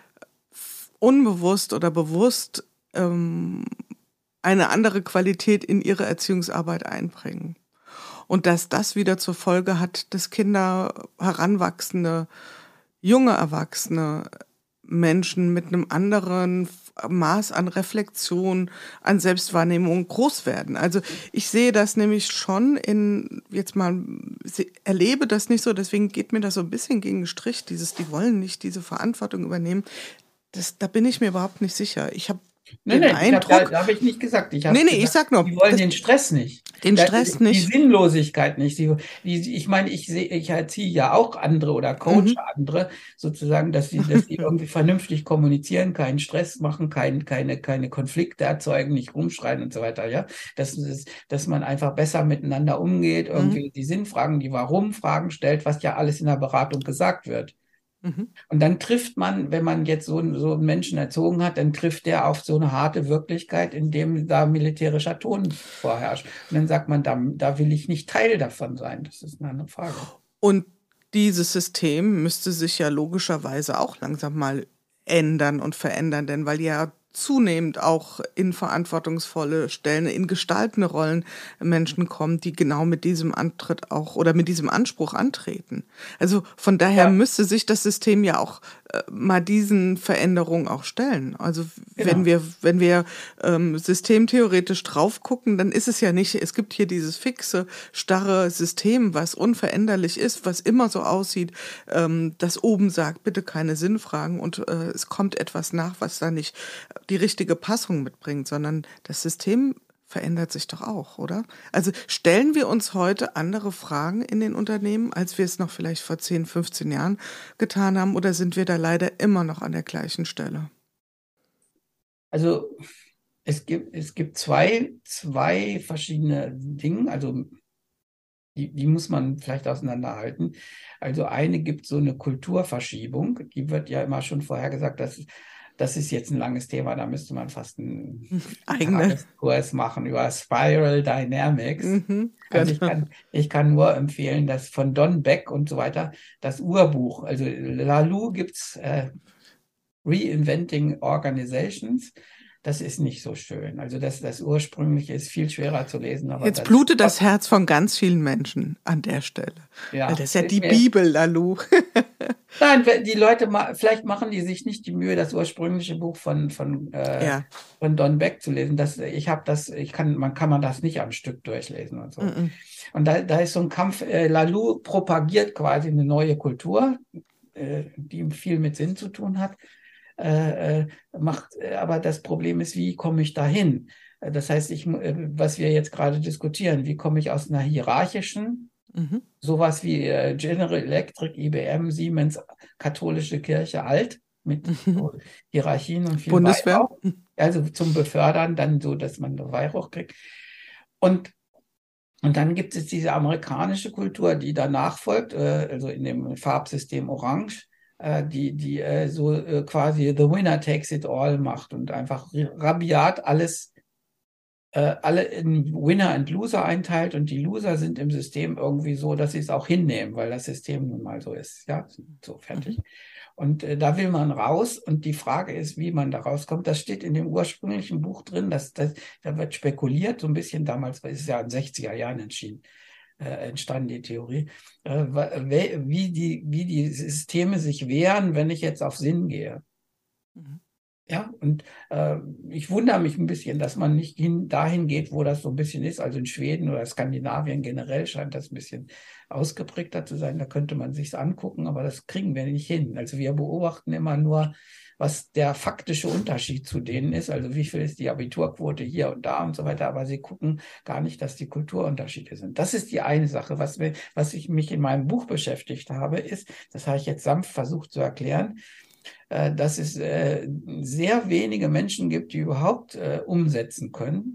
unbewusst oder bewusst ähm, eine andere Qualität in ihre Erziehungsarbeit einbringen. Und dass das wieder zur Folge hat, dass Kinder, heranwachsende, junge Erwachsene, Menschen mit einem anderen Maß an Reflexion, an Selbstwahrnehmung groß werden. Also ich sehe das nämlich schon in, jetzt mal, erlebe das nicht so, deswegen geht mir das so ein bisschen gegen den Strich, dieses, die wollen nicht diese Verantwortung übernehmen. Das, da bin ich mir überhaupt nicht sicher. Ich habe Nein, nein, Eindruck, ich hab, da habe ich nicht gesagt. Ich nee, nee, gesagt, ich sag nur. Die wollen den Stress nicht. Den das, Stress die, nicht. Die Sinnlosigkeit nicht. Die, die, ich meine, ich, sehe, ich erziehe ja auch andere oder coache mhm. andere, sozusagen, dass sie dass die irgendwie vernünftig kommunizieren, keinen Stress machen, kein, keine, keine Konflikte erzeugen, nicht rumschreien und so weiter. Ja, dass, dass man einfach besser miteinander umgeht, irgendwie mhm. die Sinnfragen, die Warum-Fragen stellt, was ja alles in der Beratung gesagt wird. Und dann trifft man, wenn man jetzt so, so einen Menschen erzogen hat, dann trifft der auf so eine harte Wirklichkeit, in dem da militärischer Ton vorherrscht. Und dann sagt man, da, da will ich nicht Teil davon sein. Das ist eine andere Frage. Und dieses System müsste sich ja logischerweise auch langsam mal ändern und verändern, denn weil ja zunehmend auch in verantwortungsvolle Stellen, in gestaltende Rollen Menschen kommen, die genau mit diesem Antritt auch oder mit diesem Anspruch antreten. Also von daher ja. müsste sich das System ja auch äh, mal diesen Veränderungen auch stellen. Also genau. wenn wir wenn wir ähm, systemtheoretisch drauf gucken, dann ist es ja nicht, es gibt hier dieses fixe, starre System, was unveränderlich ist, was immer so aussieht, ähm, das oben sagt, bitte keine Sinnfragen und äh, es kommt etwas nach, was da nicht die richtige Passung mitbringt, sondern das System verändert sich doch auch, oder? Also stellen wir uns heute andere Fragen in den Unternehmen, als wir es noch vielleicht vor zehn, fünfzehn Jahren getan haben, oder sind wir da leider immer noch an der gleichen Stelle? Also es gibt, es gibt zwei, zwei verschiedene Dinge, also die, die muss man vielleicht auseinanderhalten. Also eine gibt so eine Kulturverschiebung, die wird ja immer schon vorher gesagt, dass das ist jetzt ein langes Thema, da müsste man fast einen Eigene. Tageskurs machen über Spiral Dynamics. Mhm, Also ich genau. kann, ich kann nur empfehlen, dass von Don Beck und so weiter, das Urbuch, also Laloux gibt's äh, Reinventing Organizations. Das ist nicht so schön. Also das, das Ursprüngliche ist viel schwerer zu lesen. Aber Jetzt das, blutet das Herz von ganz vielen Menschen an der Stelle. ja, Weil das ist ja ist die mir- Bibel, Laloux. Nein, wenn die Leute, ma- vielleicht machen die sich nicht die Mühe, das ursprüngliche Buch von, von, äh, Ja. von Don Beck zu lesen. Das, ich habe das, ich kann, man kann man das nicht am Stück durchlesen und so. Mhm. Und da, da ist so ein Kampf, äh, Laloux propagiert quasi eine neue Kultur, äh, die viel mit Sinn zu tun hat. Äh, äh, macht, äh, aber das Problem ist, wie komme ich dahin? Äh, Das heißt, ich, mu- äh, was wir jetzt gerade diskutieren, wie komme ich aus einer hierarchischen, Mhm. sowas wie äh, General Electric, I B M, Siemens, katholische Kirche alt, mit so Hierarchien und viel Bundeswehr. Weihrauch, also zum Befördern, dann so, dass man Weihrauch kriegt. Und und dann gibt es diese amerikanische Kultur, die danach folgt, äh, also in dem Farbsystem Orange, äh, die, die äh, so äh, quasi the winner takes it all macht und einfach rabiat alles, äh, alle in Winner und Loser einteilt und die Loser sind im System irgendwie so, dass sie es auch hinnehmen, weil das System nun mal so ist. Ja, so fertig. Und äh, da will man raus und die Frage ist, wie man da rauskommt. Das steht in dem ursprünglichen Buch drin, dass, dass, da wird spekuliert, so ein bisschen damals, ist es ja in den sechziger Jahren entschieden, äh, entstanden die Theorie, äh, wie, die, wie die Systeme sich wehren, wenn ich jetzt auf Sinn gehe. Mhm. Ja, und äh, ich wundere mich ein bisschen, dass man nicht hin, dahin geht, wo das so ein bisschen ist. Also in Schweden oder Skandinavien generell scheint das ein bisschen ausgeprägter zu sein. Da könnte man sich's angucken, aber das kriegen wir nicht hin. Also wir beobachten immer nur, was der faktische Unterschied zu denen ist. Also wie viel ist die Abiturquote hier und da und so weiter. Aber sie gucken gar nicht, dass die Kulturunterschiede sind. Das ist die eine Sache. Was, wir, was ich mich in meinem Buch beschäftigt habe, ist, das habe ich jetzt sanft versucht zu erklären, dass es äh, sehr wenige Menschen gibt, die überhaupt äh, umsetzen können.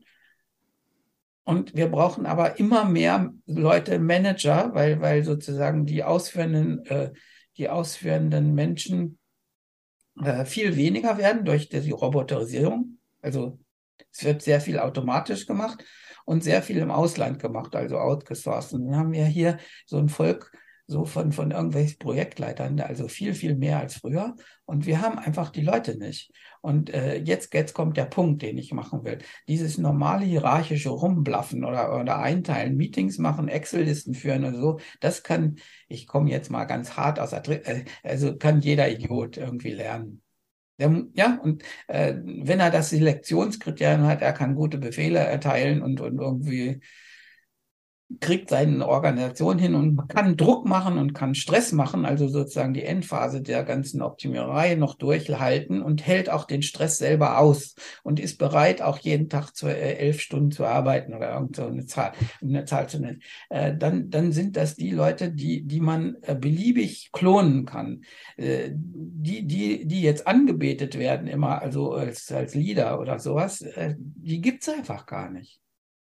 Und wir brauchen aber immer mehr Leute, Manager, weil, weil sozusagen die ausführenden, äh, die ausführenden Menschen äh, viel weniger werden durch die Roboterisierung. Also es wird sehr viel automatisch gemacht und sehr viel im Ausland gemacht, also outgesourced. Und dann haben wir hier so ein Volk, so von, von irgendwelchen Projektleitern, also viel, viel mehr als früher. Und wir haben einfach die Leute nicht. Und äh, jetzt, jetzt kommt der Punkt, den ich machen will. Dieses normale hierarchische Rumblaffen oder, oder Einteilen, Meetings machen, Excel-Listen führen und so, das kann, ich komme jetzt mal ganz hart aus der, äh, also kann jeder Idiot irgendwie lernen. Der, ja, und äh, wenn er das Selektionskriterium hat, er kann gute Befehle erteilen und, und irgendwie kriegt seine Organisation hin und kann Druck machen und kann Stress machen, also sozusagen die Endphase der ganzen Optimiererei noch durchhalten und hält auch den Stress selber aus und ist bereit, auch jeden Tag zu, äh, elf Stunden zu arbeiten oder irgend so eine Zahl, eine Zahl zu nennen. Äh, dann, dann sind das die Leute, die, die man äh, beliebig klonen kann. Äh, die, die, die jetzt angebetet werden immer, also als, als Leader oder sowas, äh, die gibt's einfach gar nicht.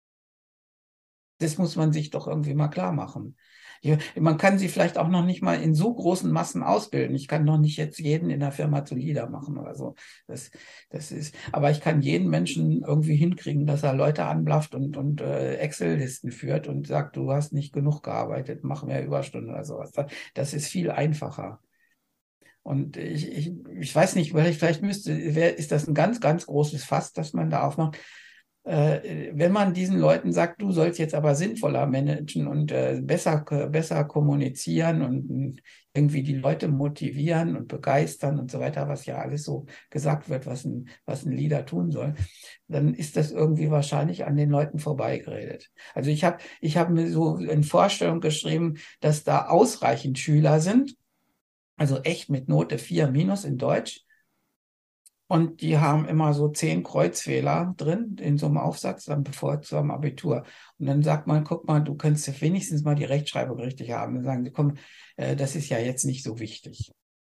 Das muss man sich doch irgendwie mal klar machen. Ja, man kann sie vielleicht auch noch nicht mal in so großen Massen ausbilden. Ich kann noch nicht jetzt jeden in der Firma zu Leader machen oder so. Das, das ist, aber ich kann jeden Menschen irgendwie hinkriegen, dass er Leute anblafft und, und äh, Excel-Listen führt und sagt, du hast nicht genug gearbeitet, mach mehr Überstunden oder sowas. Das ist viel einfacher. Und ich, ich, ich weiß nicht, vielleicht, vielleicht müsste, wär, ist das ein ganz, ganz großes Fass, das man da aufmacht. Äh, wenn man diesen Leuten sagt, du sollst jetzt aber sinnvoller managen und äh, besser, besser kommunizieren und irgendwie die Leute motivieren und begeistern und so weiter, was ja alles so gesagt wird, was ein, was ein Leader tun soll, dann ist das irgendwie wahrscheinlich an den Leuten vorbeigeredet. Also ich habe ich hab mir so in Vorstellung geschrieben, dass da ausreichend Schüler sind, also echt mit Note vier minus in Deutsch, Und die haben immer so zehn Kreuzfehler drin in so einem Aufsatz, dann bevor zu einem Abitur. Und dann sagt man, guck mal, du könntest wenigstens mal die Rechtschreibung richtig haben. Dann sagen die, komm, äh, das ist ja jetzt nicht so wichtig.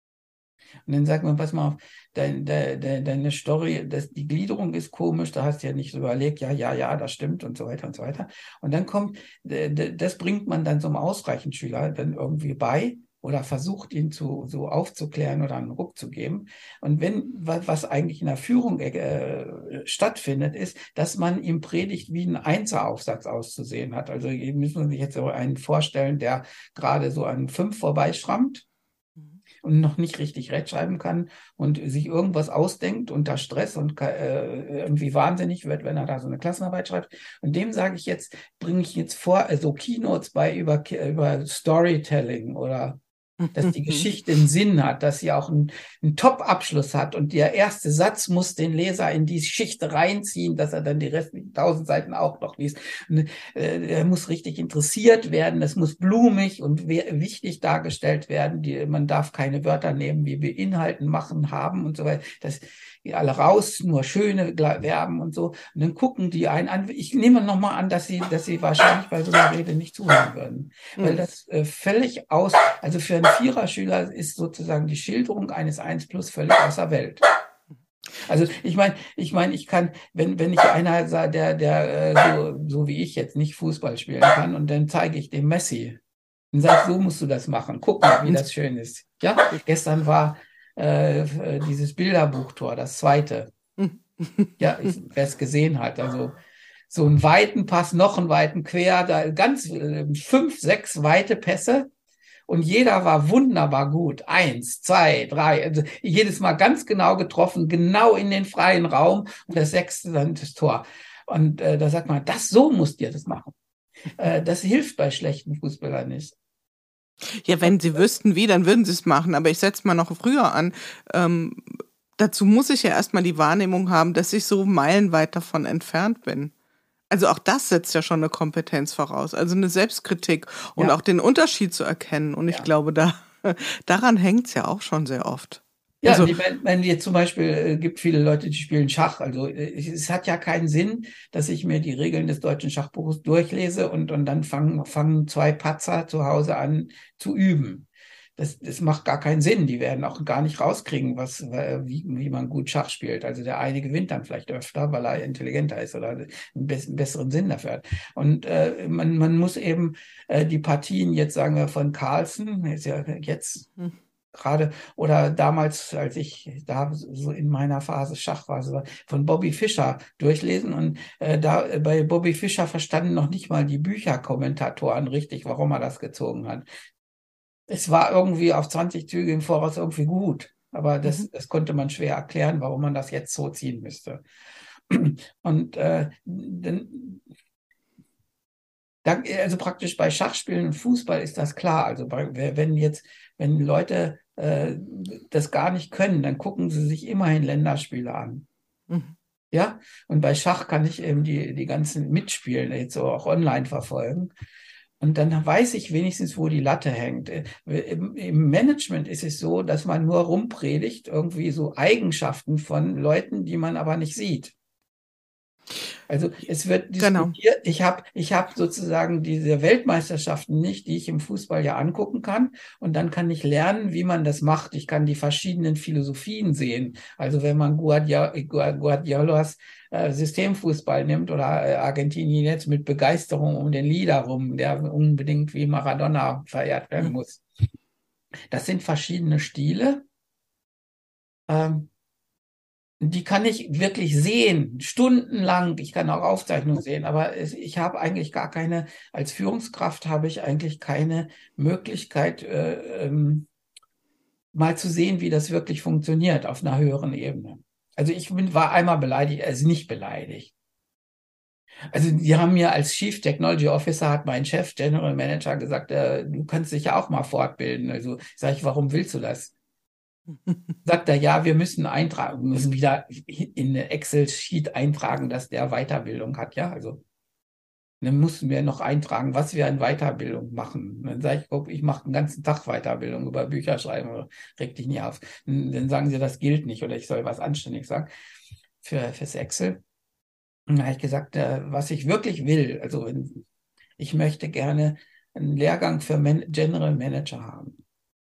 Und dann sagt man, pass mal auf, dein, de, de, deine Story, das, die Gliederung ist komisch, da hast du ja nicht so überlegt, ja, ja, ja, das stimmt und so weiter und so weiter. Und dann kommt, de, de, das bringt man dann so einem Ausreichenschüler dann irgendwie bei oder versucht ihn zu, so aufzuklären oder einen Ruck zu geben. Und wenn, was eigentlich in der Führung äh, stattfindet, ist, dass man ihm predigt, wie ein Einzelaufsatz auszusehen hat. Also müssen wir sich jetzt so einen vorstellen, der gerade so an fünf vorbeischrammt und noch nicht richtig rechtschreiben kann und sich irgendwas ausdenkt unter Stress und äh, irgendwie wahnsinnig wird, wenn er da so eine Klassenarbeit schreibt. Und dem sage ich jetzt, bringe ich jetzt vor, also Keynotes bei über, über Storytelling oder dass die Geschichte einen Sinn hat, dass sie auch einen, einen Top-Abschluss hat und der erste Satz muss den Leser in die Geschichte reinziehen, dass er dann die restlichen tausend Seiten auch noch liest. Und, äh, er muss richtig interessiert werden, es muss blumig und wichtig dargestellt werden. Die, man darf keine Wörter nehmen, wie beinhalten, machen, haben und so weiter. Das die alle raus, nur schöne Verben und so. Und dann gucken die einen an. Ich nehme nochmal an, dass sie, dass sie wahrscheinlich bei so einer Rede nicht zuhören würden. Mhm. Weil das äh, völlig aus, also für einen Viererschüler ist sozusagen die Schilderung eines eins plus völlig außer Welt. Also ich meine, ich meine, ich kann, wenn wenn ich einer sah, der der äh, so so wie ich jetzt nicht Fußball spielen kann und dann zeige ich dem Messi und sage, so musst du das machen. Guck mal, wie das schön ist. Ja, gestern war äh, dieses Bilderbuchtor, das zweite. Ja, wer es gesehen hat, also so einen weiten Pass, noch einen weiten Quer, da ganz äh, fünf, sechs weite Pässe. Und jeder war wunderbar gut. Eins, zwei, drei. Also jedes Mal ganz genau getroffen, genau in den freien Raum. Und das sechste dann das Tor. Und äh, da sagt man, das so musst ihr das machen. Äh, das hilft bei schlechten Fußballern nicht. Ja, wenn sie wüssten wie, dann würden sie es machen. Aber ich setze mal noch früher an. Ähm, dazu muss ich ja erstmal die Wahrnehmung haben, dass ich so meilenweit davon entfernt bin. Also auch das setzt ja schon eine Kompetenz voraus, also eine Selbstkritik und ja. auch den Unterschied zu erkennen. Und ich ja. glaube, da daran hängt es ja auch schon sehr oft. Ja, also, wenn, wenn jetzt zum Beispiel äh, gibt viele Leute, die spielen Schach. Also äh, es hat ja keinen Sinn, dass ich mir die Regeln des deutschen Schachbuches durchlese und, und dann fangen, fangen zwei Patzer zu Hause an zu üben. Das, das macht gar keinen Sinn. Die werden auch gar nicht rauskriegen, was, wie, wie man gut Schach spielt. Also der eine gewinnt dann vielleicht öfter, weil er intelligenter ist oder einen, bess- einen besseren Sinn dafür hat. Und äh, man, man muss eben äh, die Partien jetzt, sagen wir, von Carlsen, ist ja jetzt hm. gerade, oder damals, als ich da so in meiner Phase Schach war, so von Bobby Fischer durchlesen. Und äh, da bei Bobby Fischer verstanden noch nicht mal die Bücherkommentatoren richtig, warum er das gezogen hat. Es war irgendwie auf zwanzig Züge im Voraus irgendwie gut, aber das, mhm. das konnte man schwer erklären, warum man das jetzt so ziehen müsste. Und äh, dann, dann, also praktisch bei Schachspielen und Fußball ist das klar. Also bei, wenn jetzt, wenn Leute äh, das gar nicht können, dann gucken sie sich immerhin Länderspiele an. Mhm. Ja, und bei Schach kann ich eben die, die ganzen Mitspielen jetzt so auch online verfolgen. Und dann weiß ich wenigstens, wo die Latte hängt. Im, Im Management ist es so, dass man nur rumpredigt, irgendwie so Eigenschaften von Leuten, die man aber nicht sieht. Also es wird diskutiert. Genau. Ich habe ich hab sozusagen diese Weltmeisterschaften nicht, die ich im Fußball ja angucken kann. Und dann kann ich lernen, wie man das macht. Ich kann die verschiedenen Philosophien sehen. Also wenn man Guardiolas äh, Systemfußball nimmt oder äh, Argentinien jetzt mit Begeisterung um den Lieder rum, der unbedingt wie Maradona verehrt werden muss. Das sind verschiedene Stile. Ähm, Die kann ich wirklich sehen, stundenlang. Ich kann auch Aufzeichnungen sehen, aber es, ich habe eigentlich gar keine, als Führungskraft habe ich eigentlich keine Möglichkeit, äh, ähm, mal zu sehen, wie das wirklich funktioniert auf einer höheren Ebene. Also ich bin, war einmal beleidigt, also nicht beleidigt. Also die haben mir als Chief Technology Officer, hat mein Chef, General Manager, gesagt, äh, du kannst dich ja auch mal fortbilden. Also sage ich, warum willst du das? Sagt er, ja, wir müssen eintragen, wir müssen wieder in eine Excel-Sheet eintragen, dass der Weiterbildung hat, ja, also dann mussten wir noch eintragen, was wir an Weiterbildung machen. Und dann sage ich, guck, ich mache den ganzen Tag Weiterbildung über Bücher schreiben, reg dich nicht auf. Und dann sagen sie, das gilt nicht oder ich soll was Anständiges sagen für, fürs Excel. Und dann habe ich gesagt, äh, was ich wirklich will, also wenn, ich möchte gerne einen Lehrgang für Man General Manager haben.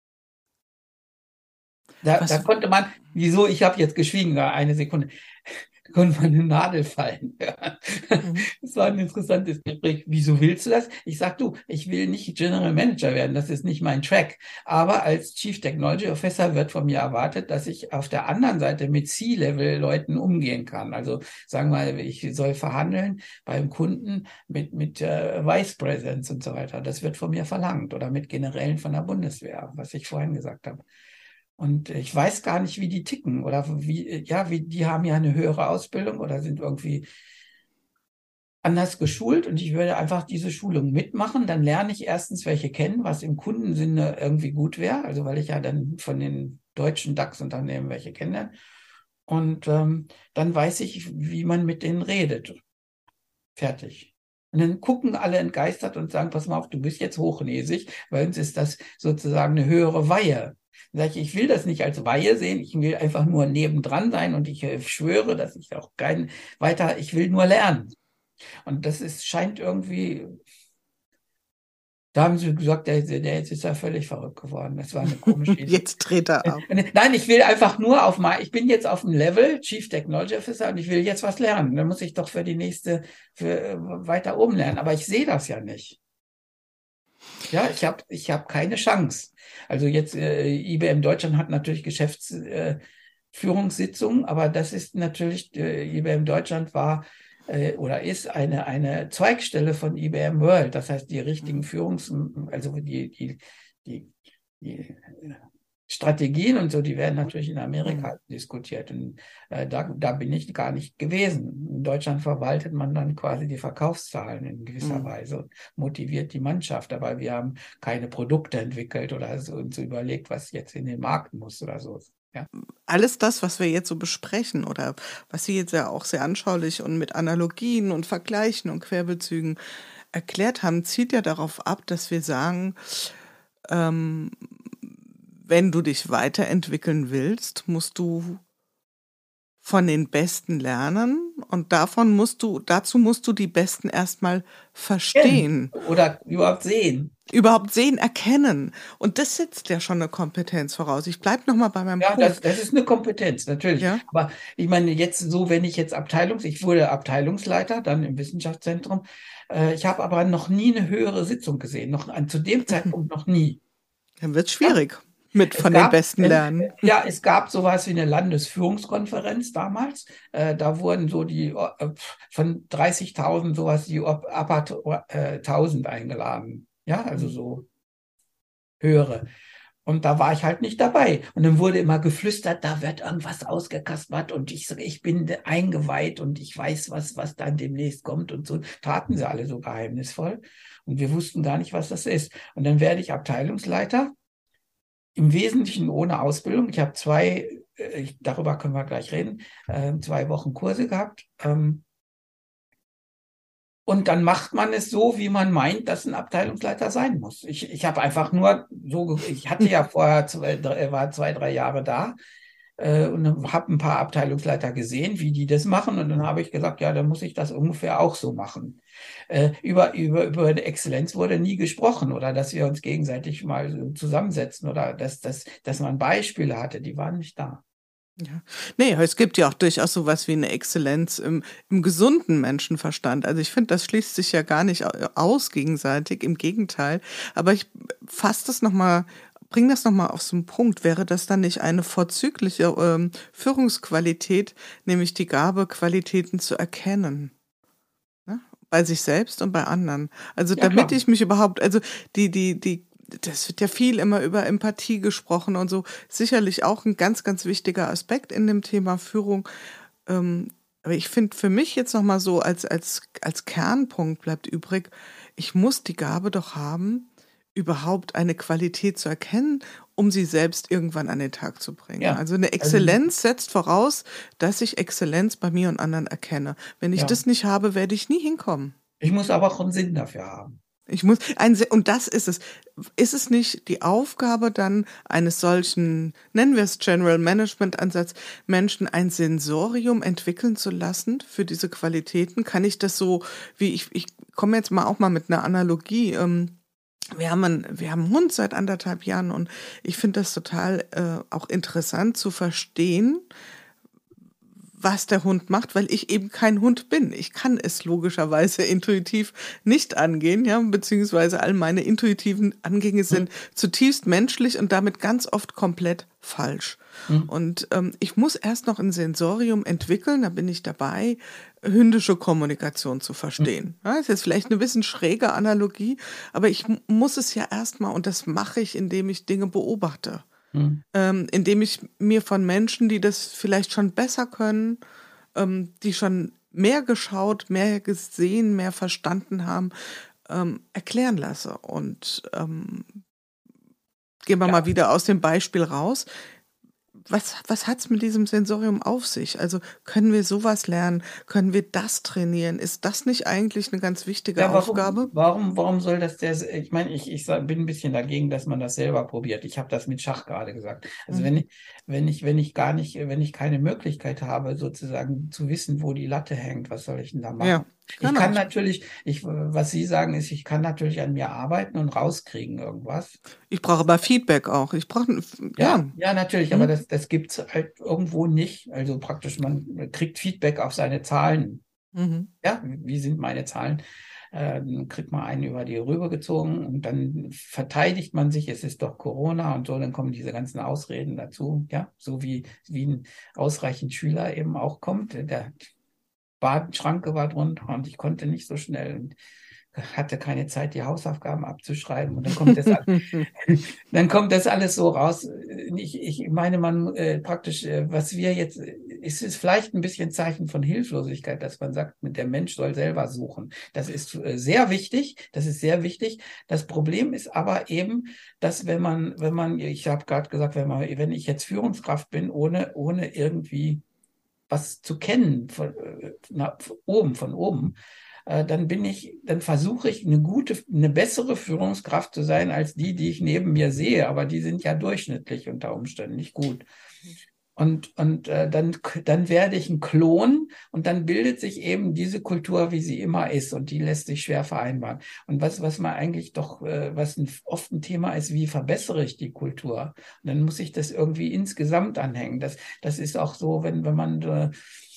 Da, da konnte man, wieso, ich habe jetzt geschwiegen, eine Sekunde, da konnte man eine Nadel fallen. Mhm. Das war ein interessantes Gespräch. Wieso willst du das? Ich sag, du, ich will nicht General Manager werden, das ist nicht mein Track. Aber als Chief Technology Officer wird von mir erwartet, dass ich auf der anderen Seite mit C-Level-Leuten umgehen kann. Also sagen wir mal, ich soll verhandeln beim Kunden mit, mit äh, Vice Presidents und so weiter. Das wird von mir verlangt oder mit Generälen von der Bundeswehr, was ich vorhin gesagt habe. Und ich weiß gar nicht, wie die ticken oder wie, ja, wie, die haben ja eine höhere Ausbildung oder sind irgendwie anders geschult und ich würde einfach diese Schulung mitmachen. Dann lerne ich erstens welche kennen, was im Kundensinne irgendwie gut wäre, also weil ich ja dann von den deutschen DAX-Unternehmen welche kenne. Und ähm, dann weiß ich, wie man mit denen redet. Fertig. Und dann gucken alle entgeistert und sagen, pass mal auf, du bist jetzt hochnäsig, weil uns ist das sozusagen eine höhere Weihe. Dann sage ich, ich will das nicht als Weihe sehen, ich will einfach nur nebendran sein und ich äh, schwöre, dass ich auch keinen weiter, ich will nur lernen. Und das ist, scheint irgendwie, da haben sie gesagt, der, der jetzt ist ja völlig verrückt geworden. Das war eine komische Idee. Jetzt dreht er ab. Nein, ich will einfach nur auf mal, ich bin jetzt auf dem Level Chief Technology Officer und ich will jetzt was lernen. Dann muss ich doch für die nächste, für weiter oben lernen. Aber ich sehe das ja nicht. Ja, ich habe ich hab keine Chance. Also jetzt, äh, I B M Deutschland hat natürlich Geschäftsführungssitzungen, äh, aber das ist natürlich, äh, I B M Deutschland war äh, oder ist eine, eine Zweigstelle von I B M World. Das heißt, die richtigen Führungs-, also die, die, die, die Strategien und so, die werden natürlich in Amerika mhm. diskutiert. Und äh, da, da bin ich gar nicht gewesen. In Deutschland verwaltet man dann quasi die Verkaufszahlen in gewisser mhm. Weise, motiviert die Mannschaft. Aber wir haben keine Produkte entwickelt oder so, uns so überlegt, was jetzt in den Markt muss oder so. Ja. Alles das, was wir jetzt so besprechen oder was Sie jetzt ja auch sehr anschaulich und mit Analogien und Vergleichen und Querbezügen erklärt haben, zielt ja darauf ab, dass wir sagen, ähm, wenn du dich weiterentwickeln willst, musst du von den Besten lernen und davon musst du, dazu musst du die Besten erstmal verstehen. Oder überhaupt sehen. Überhaupt sehen, erkennen. Und das setzt ja schon eine Kompetenz voraus. Ich bleibe nochmal bei meinem ja, Punkt. Ja, das, das ist eine Kompetenz, natürlich. Ja? Aber ich meine, jetzt so, wenn ich jetzt Abteilungs-, ich wurde Abteilungsleiter, dann im Wissenschaftszentrum. Äh, ich habe aber noch nie eine höhere Sitzung gesehen. Noch, an, zu dem Zeitpunkt noch nie. Dann wird es schwierig. Ja. Mit von gab, den Besten lernen. Ja, es gab sowas wie eine Landesführungskonferenz damals. Äh, da wurden so die äh, von dreißigtausend sowas die Upper äh, tausend eingeladen. Ja, also so höhere. Und da war ich halt nicht dabei. Und dann wurde immer geflüstert, da wird irgendwas ausgekaspert und ich sage, ich bin eingeweiht und ich weiß, was, was dann demnächst kommt und so. Taten sie alle so geheimnisvoll. Und wir wussten gar nicht, was das ist. Und dann werde ich Abteilungsleiter. Im Wesentlichen ohne Ausbildung. Ich habe zwei, ich, darüber können wir gleich reden, äh, zwei Wochen Kurse gehabt. Ähm, und dann macht man es so, wie man meint, dass ein Abteilungsleiter sein muss. Ich, ich habe einfach nur so, ich hatte ja vorher, zwei, drei, war zwei, drei Jahre da äh, und habe ein paar Abteilungsleiter gesehen, wie die das machen. Und dann habe ich gesagt, ja, dann muss ich das ungefähr auch so machen. Äh, über, über, über eine Exzellenz wurde nie gesprochen oder dass wir uns gegenseitig mal zusammensetzen oder dass, dass, dass man Beispiele hatte, die waren nicht da. Ja. Nee, es gibt ja auch durchaus sowas wie eine Exzellenz im, im gesunden Menschenverstand. Also ich finde, das schließt sich ja gar nicht aus gegenseitig, im Gegenteil. Aber ich fasse das nochmal, bring das nochmal auf so einen Punkt. Wäre das dann nicht eine vorzügliche ähm, Führungsqualität, nämlich die Gabe, Qualitäten zu erkennen? Bei sich selbst und bei anderen. Also ja, damit klar. Ich mich überhaupt, also die, die, die, das wird ja viel immer über Empathie gesprochen und so, sicherlich auch ein ganz, ganz wichtiger Aspekt in dem Thema Führung. Ähm, aber ich finde für mich jetzt nochmal so als, als, als Kernpunkt bleibt übrig, ich muss die Gabe doch haben, überhaupt eine Qualität zu erkennen, um sie selbst irgendwann an den Tag zu bringen. Ja. Also eine Exzellenz also, setzt voraus, dass ich Exzellenz bei mir und anderen erkenne. Wenn ich ja. das nicht habe, werde ich nie hinkommen. Ich muss aber auch einen Sinn dafür haben. Ich muss ein, und das ist es. Ist es nicht die Aufgabe dann eines solchen, nennen wir es General Management Ansatz, Menschen ein Sensorium entwickeln zu lassen für diese Qualitäten? Kann ich das so, wie ich, ich komme jetzt mal auch mal mit einer Analogie. Ähm, wir haben einen, wir haben einen Hund seit anderthalb Jahren und ich finde das total äh, auch interessant zu verstehen, was der Hund macht, weil ich eben kein Hund bin. Ich kann es logischerweise intuitiv nicht angehen, ja, beziehungsweise all meine intuitiven Angänge sind hm. zutiefst menschlich und damit ganz oft komplett falsch. Hm. Und ähm, ich muss erst noch ein Sensorium entwickeln, da bin ich dabei, hündische Kommunikation zu verstehen. Hm. Ja, ist jetzt vielleicht eine bisschen schräge Analogie, aber ich m- muss es ja erstmal, und das mache ich, indem ich Dinge beobachte. Hm. Ähm, indem ich mir von Menschen, die das vielleicht schon besser können, ähm, die schon mehr geschaut, mehr gesehen, mehr verstanden haben, ähm, erklären lasse. Und ähm, gehen wir ja. mal wieder aus dem Beispiel raus. Was, was hat's mit diesem Sensorium auf sich? Also können wir sowas lernen? Können wir das trainieren? Ist das nicht eigentlich eine ganz wichtige ja, warum, Aufgabe? Warum, warum soll das der, ich meine, ich, ich bin ein bisschen dagegen, dass man das selber probiert. Ich habe das mit Schach gerade gesagt. Also mhm. wenn ich, wenn ich, wenn ich gar nicht, wenn ich keine Möglichkeit habe, sozusagen zu wissen, wo die Latte hängt, was soll ich denn da machen? Ja, ich kann natürlich, ich, was Sie sagen, ist, ich kann natürlich an mir arbeiten und rauskriegen irgendwas. Ich brauche aber Feedback auch. Ich brauche, ja. Ja, ja, natürlich, mhm. aber das, das gibt es halt irgendwo nicht. Also praktisch, man kriegt Feedback auf seine Zahlen. Mhm. Ja, wie sind meine Zahlen? Äh, dann kriegt man einen über die Rübe gezogen und dann verteidigt man sich, es ist doch Corona und so, dann kommen diese ganzen Ausreden dazu, ja, so wie, wie ein ausreichend Schüler eben auch kommt. Der Badenschranke war drunter und ich konnte nicht so schnell und hatte keine Zeit, die Hausaufgaben abzuschreiben und dann kommt das, alles, dann kommt das alles so raus. Ich, ich meine, man äh, praktisch, äh, was wir jetzt, ist es vielleicht ein bisschen Zeichen von Hilflosigkeit, dass man sagt, der Mensch soll selber suchen. Das ist äh, sehr wichtig, das ist sehr wichtig. Das Problem ist aber eben, dass wenn man, wenn man, ich habe gerade gesagt, wenn man, wenn ich jetzt Führungskraft bin, ohne, ohne irgendwie was zu kennen, von, na, von oben, von oben, dann bin ich, dann versuche ich eine gute, eine bessere Führungskraft zu sein als die, die ich neben mir sehe, aber die sind ja durchschnittlich unter Umständen, nicht gut. Und, und äh, dann, dann werde ich ein Klon und dann bildet sich eben diese Kultur, wie sie immer ist und die lässt sich schwer vereinbaren. Und was, was man eigentlich doch, äh, was ein, oft ein Thema ist, wie verbessere ich die Kultur? Und dann muss ich das irgendwie insgesamt anhängen. Das, das ist auch so, wenn, wenn man äh,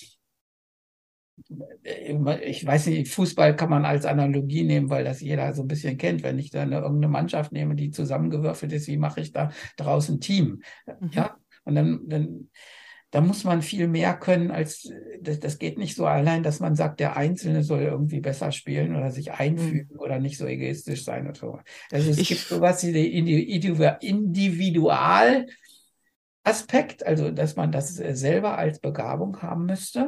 ich weiß nicht, Fußball kann man als Analogie nehmen, weil das jeder so ein bisschen kennt. Wenn ich dann irgendeine Mannschaft nehme, die zusammengewürfelt ist, wie mache ich da draußen ein Team? Mhm. Ja, und dann, dann, da muss man viel mehr können als, das, das geht nicht so allein, dass man sagt, der Einzelne soll irgendwie besser spielen oder sich einfügen mhm. oder nicht so egoistisch sein oder so. Also es ich, gibt sowas wie der Individualaspekt, also dass man das selber als Begabung haben müsste.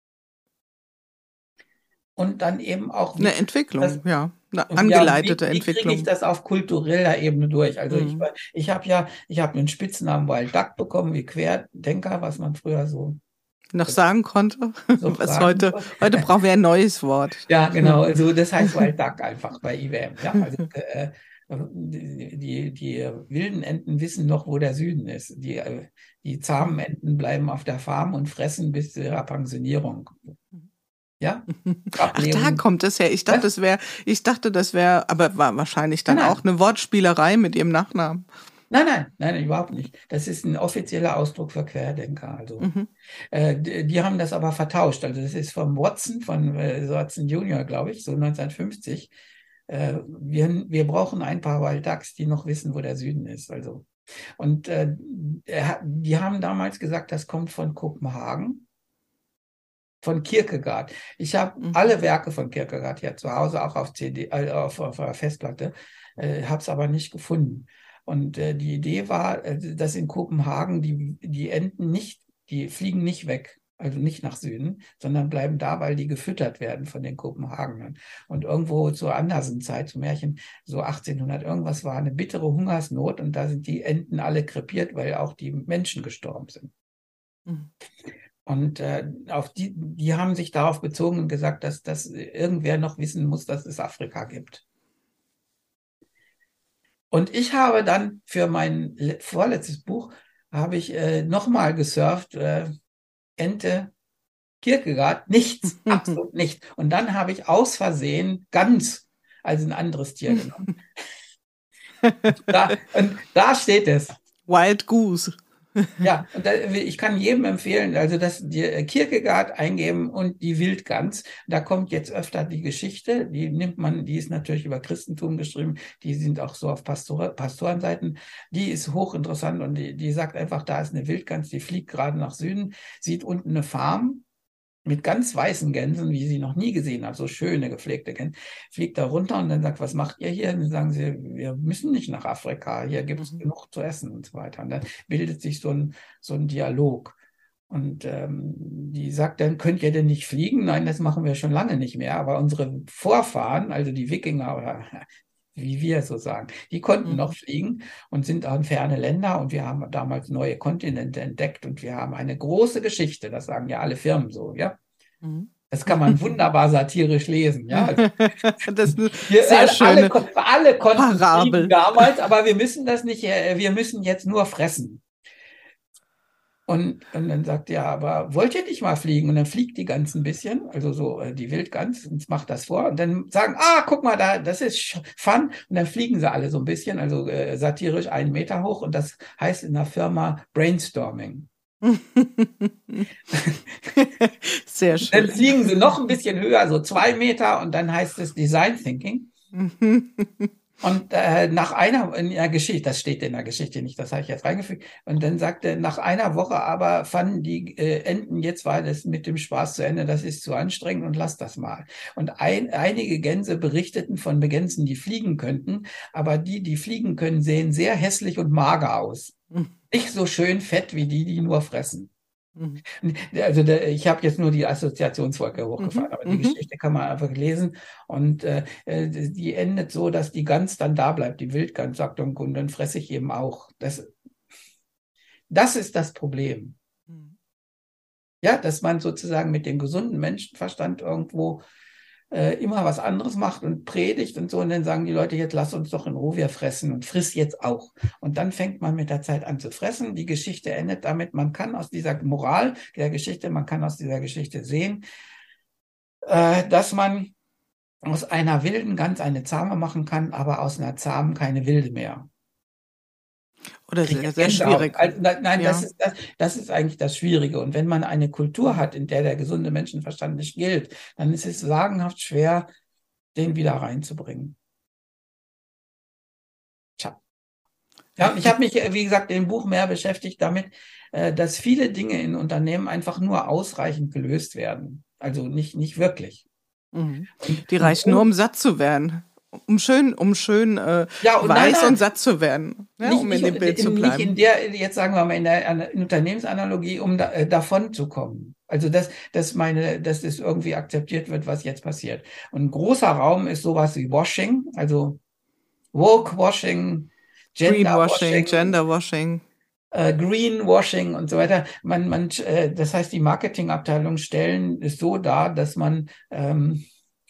Und dann eben auch eine Entwicklung, das, ja, eine angeleitete ja, wie, wie Entwicklung. Wie kriege ich das auf kultureller Ebene durch? Also mhm. ich, ich habe ja, ich habe einen Spitznamen Wild Duck bekommen, wie Querdenker, was man früher so noch sagen konnte. So was heute, heute brauchen wir ein neues Wort. Ja, genau. Also das heißt Wild Duck einfach bei I W M. Ja, also äh, die, die, die wilden Enten wissen noch, wo der Süden ist. Die, die zahmen Enten bleiben auf der Farm und fressen bis zu ihrer Pensionierung. Ja? Ach, da kommt es her. Ich dachte, das wäre, ich dachte, das wäre, aber war wahrscheinlich dann nein, nein. auch eine Wortspielerei mit ihrem Nachnamen. Nein, nein, nein, überhaupt nicht. Das ist ein offizieller Ausdruck für Querdenker. Also, mhm. äh, die, die haben das aber vertauscht. Also, das ist von Watson, von äh, Watson Junior, glaube ich, so neunzehnhundertfünfzig. Äh, wir, wir brauchen ein paar Wild Ducks, die noch wissen, wo der Süden ist. Also, und äh, die haben damals gesagt, das kommt von Kopenhagen. Von Kierkegaard. Ich habe mhm. alle Werke von Kierkegaard hier zu Hause, auch auf C D, äh, auf, auf einer Festplatte, äh, habe es aber nicht gefunden. Und äh, die Idee war, äh, dass in Kopenhagen die, die Enten nicht, die fliegen nicht weg, also nicht nach Süden, sondern bleiben da, weil die gefüttert werden von den Kopenhagenern. Und irgendwo zur Andersen-Zeit, zum Märchen, so achtzehnhundert irgendwas, war eine bittere Hungersnot und da sind die Enten alle krepiert, weil auch die Menschen gestorben sind. Mhm. Und äh, auf die, die haben sich darauf bezogen und gesagt, dass, dass irgendwer noch wissen muss, dass es Afrika gibt. Und ich habe dann für mein vorletztes Buch, habe ich äh, nochmal gesurft, äh, Ente, Kierkegaard, nichts, absolut nichts. Und dann habe ich aus Versehen Gans als ein anderes Tier genommen. da, und da steht es. Wild Goose. Ja, und da, ich kann jedem empfehlen, also das die Kierkegaard eingeben und die Wildgans. Da kommt jetzt öfter die Geschichte, die nimmt man, die ist natürlich über Christentum geschrieben, die sind auch so auf Pastor, Pastorenseiten. Die ist hochinteressant und die, die sagt einfach, da ist eine Wildgans, die fliegt gerade nach Süden, sieht unten eine Farm mit ganz weißen Gänsen, wie sie noch nie gesehen hat, so schöne, gepflegte Gänse, fliegt da runter und dann sagt, was macht ihr hier? Und dann sagen sie, wir müssen nicht nach Afrika, hier gibt es mhm. genug zu essen und so weiter. Und dann bildet sich so ein, so ein Dialog. Und ähm, die sagt dann, könnt ihr denn nicht fliegen? Nein, das machen wir schon lange nicht mehr. Aber unsere Vorfahren, also die Wikinger oder wie wir so sagen, die konnten mhm. noch fliegen und sind an ferne Länder und wir haben damals neue Kontinente entdeckt und wir haben eine große Geschichte, das sagen ja alle Firmen so, ja. Mhm. Das kann man wunderbar satirisch lesen, ja. Also, das ist eine wir, sehr alle, schöne alle, alle konnten Parabel. fliegen damals, aber wir müssen das nicht, wir müssen jetzt nur fressen. Und, und dann sagt er, aber wollt ihr nicht mal fliegen? Und dann fliegt die Gans ein bisschen, also so äh, die Wildgans, und macht das vor. Und dann sagen, ah, guck mal, da, das ist Fun. Und dann fliegen sie alle so ein bisschen, also äh, satirisch einen Meter hoch. Und das heißt in der Firma Brainstorming. Sehr schön. Dann fliegen sie noch ein bisschen höher, so zwei Meter. Und dann heißt es Design Thinking. Und äh, nach einer, in der Geschichte, das steht in der Geschichte nicht, das habe ich jetzt reingefügt, und dann sagte, nach einer Woche aber fanden die äh, Enten, jetzt war das mit dem Spaß zu Ende, das ist zu anstrengend und lass das mal. Und ein, einige Gänse berichteten von Gänsen, die fliegen könnten, aber die, die fliegen können, sehen sehr hässlich und mager aus. Mhm. Nicht so schön fett wie die, die nur fressen. Also der, ich habe jetzt nur die Assoziationswolke hochgefahren, mhm, aber die mhm. Geschichte kann man einfach lesen und äh, die endet so, dass die Gans dann da bleibt, die Wildgans sagt, und, und dann fresse ich eben auch. Das, das ist das Problem. Mhm. Ja, dass man sozusagen mit dem gesunden Menschenverstand irgendwo äh, immer was anderes macht und predigt und so und dann sagen die Leute, jetzt lass uns doch in Ruhe, wir fressen und friss jetzt auch. Und dann fängt man mit der Zeit an zu fressen. Die Geschichte endet damit, man kann aus dieser Moral der Geschichte, man kann aus dieser Geschichte sehen, äh, dass man aus einer wilden Gans eine zahme machen kann, aber aus einer zahmen keine wilde mehr. Oder sehr, sehr schwierig. Also, nein, ja. das, ist, das, das ist eigentlich das Schwierige. Und wenn man eine Kultur hat, in der der gesunde Menschenverstand nicht gilt, dann ist es sagenhaft schwer, den wieder reinzubringen. Tja. Ja, ich habe mich, wie gesagt, im Buch mehr beschäftigt damit, dass viele Dinge in Unternehmen einfach nur ausreichend gelöst werden. Also nicht, nicht wirklich. Mhm. Die reichen nur, um satt zu werden. Um schön, um schön äh, ja, und weiß nein, nein, und satt zu werden, ja, nicht, um in nicht, dem Bild in, zu bleiben. Nicht in der, jetzt sagen wir mal, in der in Unternehmensanalogie, um da, äh, davon zu kommen. Also dass, dass meine, dass es irgendwie akzeptiert wird, was jetzt passiert. Und ein großer Raum ist sowas wie Washing, also Woke-Washing, Greenwashing, Genderwashing. Äh, Greenwashing und so weiter. Man, man, äh, das heißt, die Marketingabteilung stellen es so dar, dass man ähm,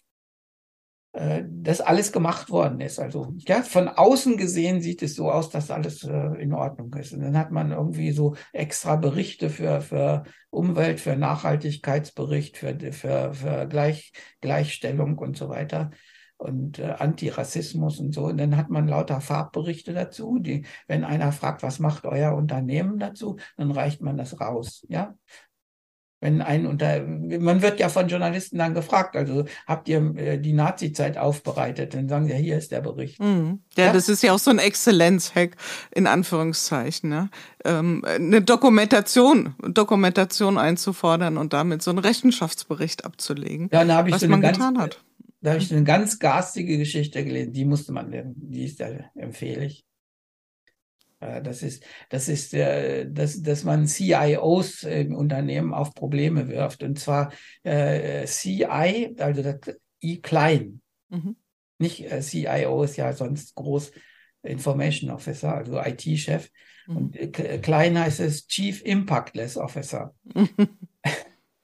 dass alles gemacht worden ist. Also ja, von außen gesehen sieht es so aus, dass alles äh, in Ordnung ist. Und dann hat man irgendwie so extra Berichte für, für Umwelt, für Nachhaltigkeitsbericht, für, für, für Gleich, Gleichstellung und so weiter und äh, Antirassismus und so. Und dann hat man lauter Farbberichte dazu. Die, wenn einer fragt, was macht euer Unternehmen dazu, dann reicht man das raus. Ja. Wenn ein unter, man wird ja von Journalisten dann gefragt, also habt ihr äh, die Nazi-Zeit aufbereitet? Dann sagen sie, ja, hier ist der Bericht. Mhm. Ja, ja, das ist ja auch so ein Exzellenz-Hack, in Anführungszeichen. Ne? Ähm, eine Dokumentation, Dokumentation einzufordern und damit so einen Rechenschaftsbericht abzulegen, ja, da was so man ganz, getan hat. Da habe ich eine ganz garstige Geschichte gelesen, die musste man lernen, die ist da empfehle ich. Das ist, das ist, dass, dass man C I Os im Unternehmen auf Probleme wirft. Und zwar äh, C I, also das I klein. Mhm. Nicht äh, C I O ist ja sonst groß Information Officer, also I T-Chef. Mhm. Und äh, klein heißt es Chief Impactless Officer. Mhm.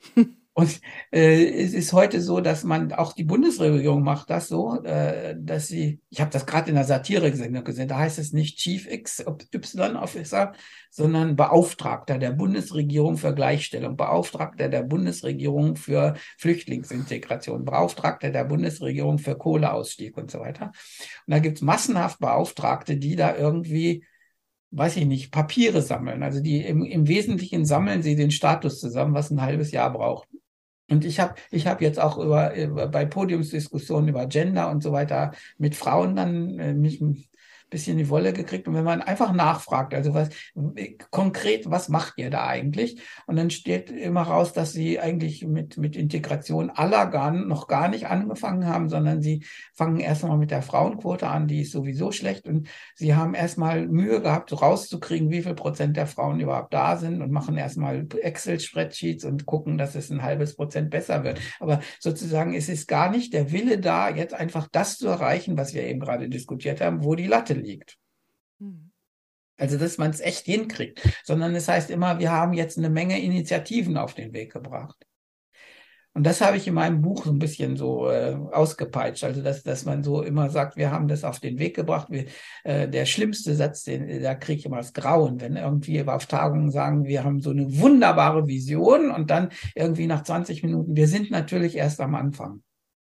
Und äh, es ist heute so, dass man, auch die Bundesregierung macht das so, äh, dass sie, ich habe das gerade in der Satire-Sendung gesehen, da heißt es nicht Chief X Y Officer, sondern Beauftragter der Bundesregierung für Gleichstellung, Beauftragter der Bundesregierung für Flüchtlingsintegration, Beauftragter der Bundesregierung für Kohleausstieg und so weiter. Und da gibt's massenhaft Beauftragte, die da irgendwie, weiß ich nicht, Papiere sammeln. Also die im, im Wesentlichen sammeln sie den Status zusammen, was ein halbes Jahr braucht. Und ich habe ich hab jetzt auch über, über bei Podiumsdiskussionen über Gender und so weiter mit Frauen dann äh, mich ein bisschen in die Wolle gekriegt. Und wenn man einfach nachfragt, also was konkret, was macht ihr da eigentlich? Und dann steht immer raus, dass sie eigentlich mit, mit Integration aller gar, noch gar nicht angefangen haben, sondern sie fangen erstmal mit der Frauenquote an, die ist sowieso schlecht. Und sie haben erstmal Mühe gehabt, rauszukriegen, wie viel Prozent der Frauen überhaupt da sind und machen erstmal Excel-Spreadsheets und gucken, dass es ein halbes Prozent besser wird. Aber sozusagen es ist gar nicht der Wille da, jetzt einfach das zu erreichen, was wir eben gerade diskutiert haben, wo die Latte liegt. Also, dass man es echt hinkriegt, sondern es heißt immer, wir haben jetzt eine Menge Initiativen auf den Weg gebracht. Und das habe ich in meinem Buch so ein bisschen so äh, ausgepeitscht, also dass, dass man so immer sagt, wir haben das auf den Weg gebracht. Wir, äh, der schlimmste Satz, den, da kriege ich immer das Grauen, wenn irgendwie auf Tagungen sagen, wir haben so eine wunderbare Vision und dann irgendwie nach zwanzig Minuten, wir sind natürlich erst am Anfang.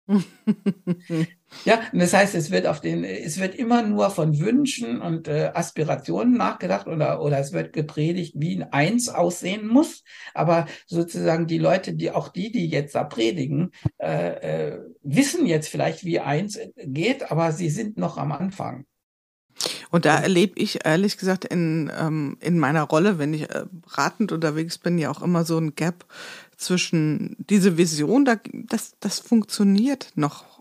Ja, und das heißt, es wird auf den, es wird immer nur von Wünschen und äh, Aspirationen nachgedacht oder, oder es wird gepredigt, wie ein Eins aussehen muss. Aber sozusagen die Leute, die auch die, die jetzt da predigen, äh, äh, wissen jetzt vielleicht, wie Eins geht, aber sie sind noch am Anfang. Und da erlebe ich ehrlich gesagt in, ähm, in meiner Rolle, wenn ich äh, beratend unterwegs bin, ja auch immer so ein Gap zwischen diese Vision, da, das, das funktioniert noch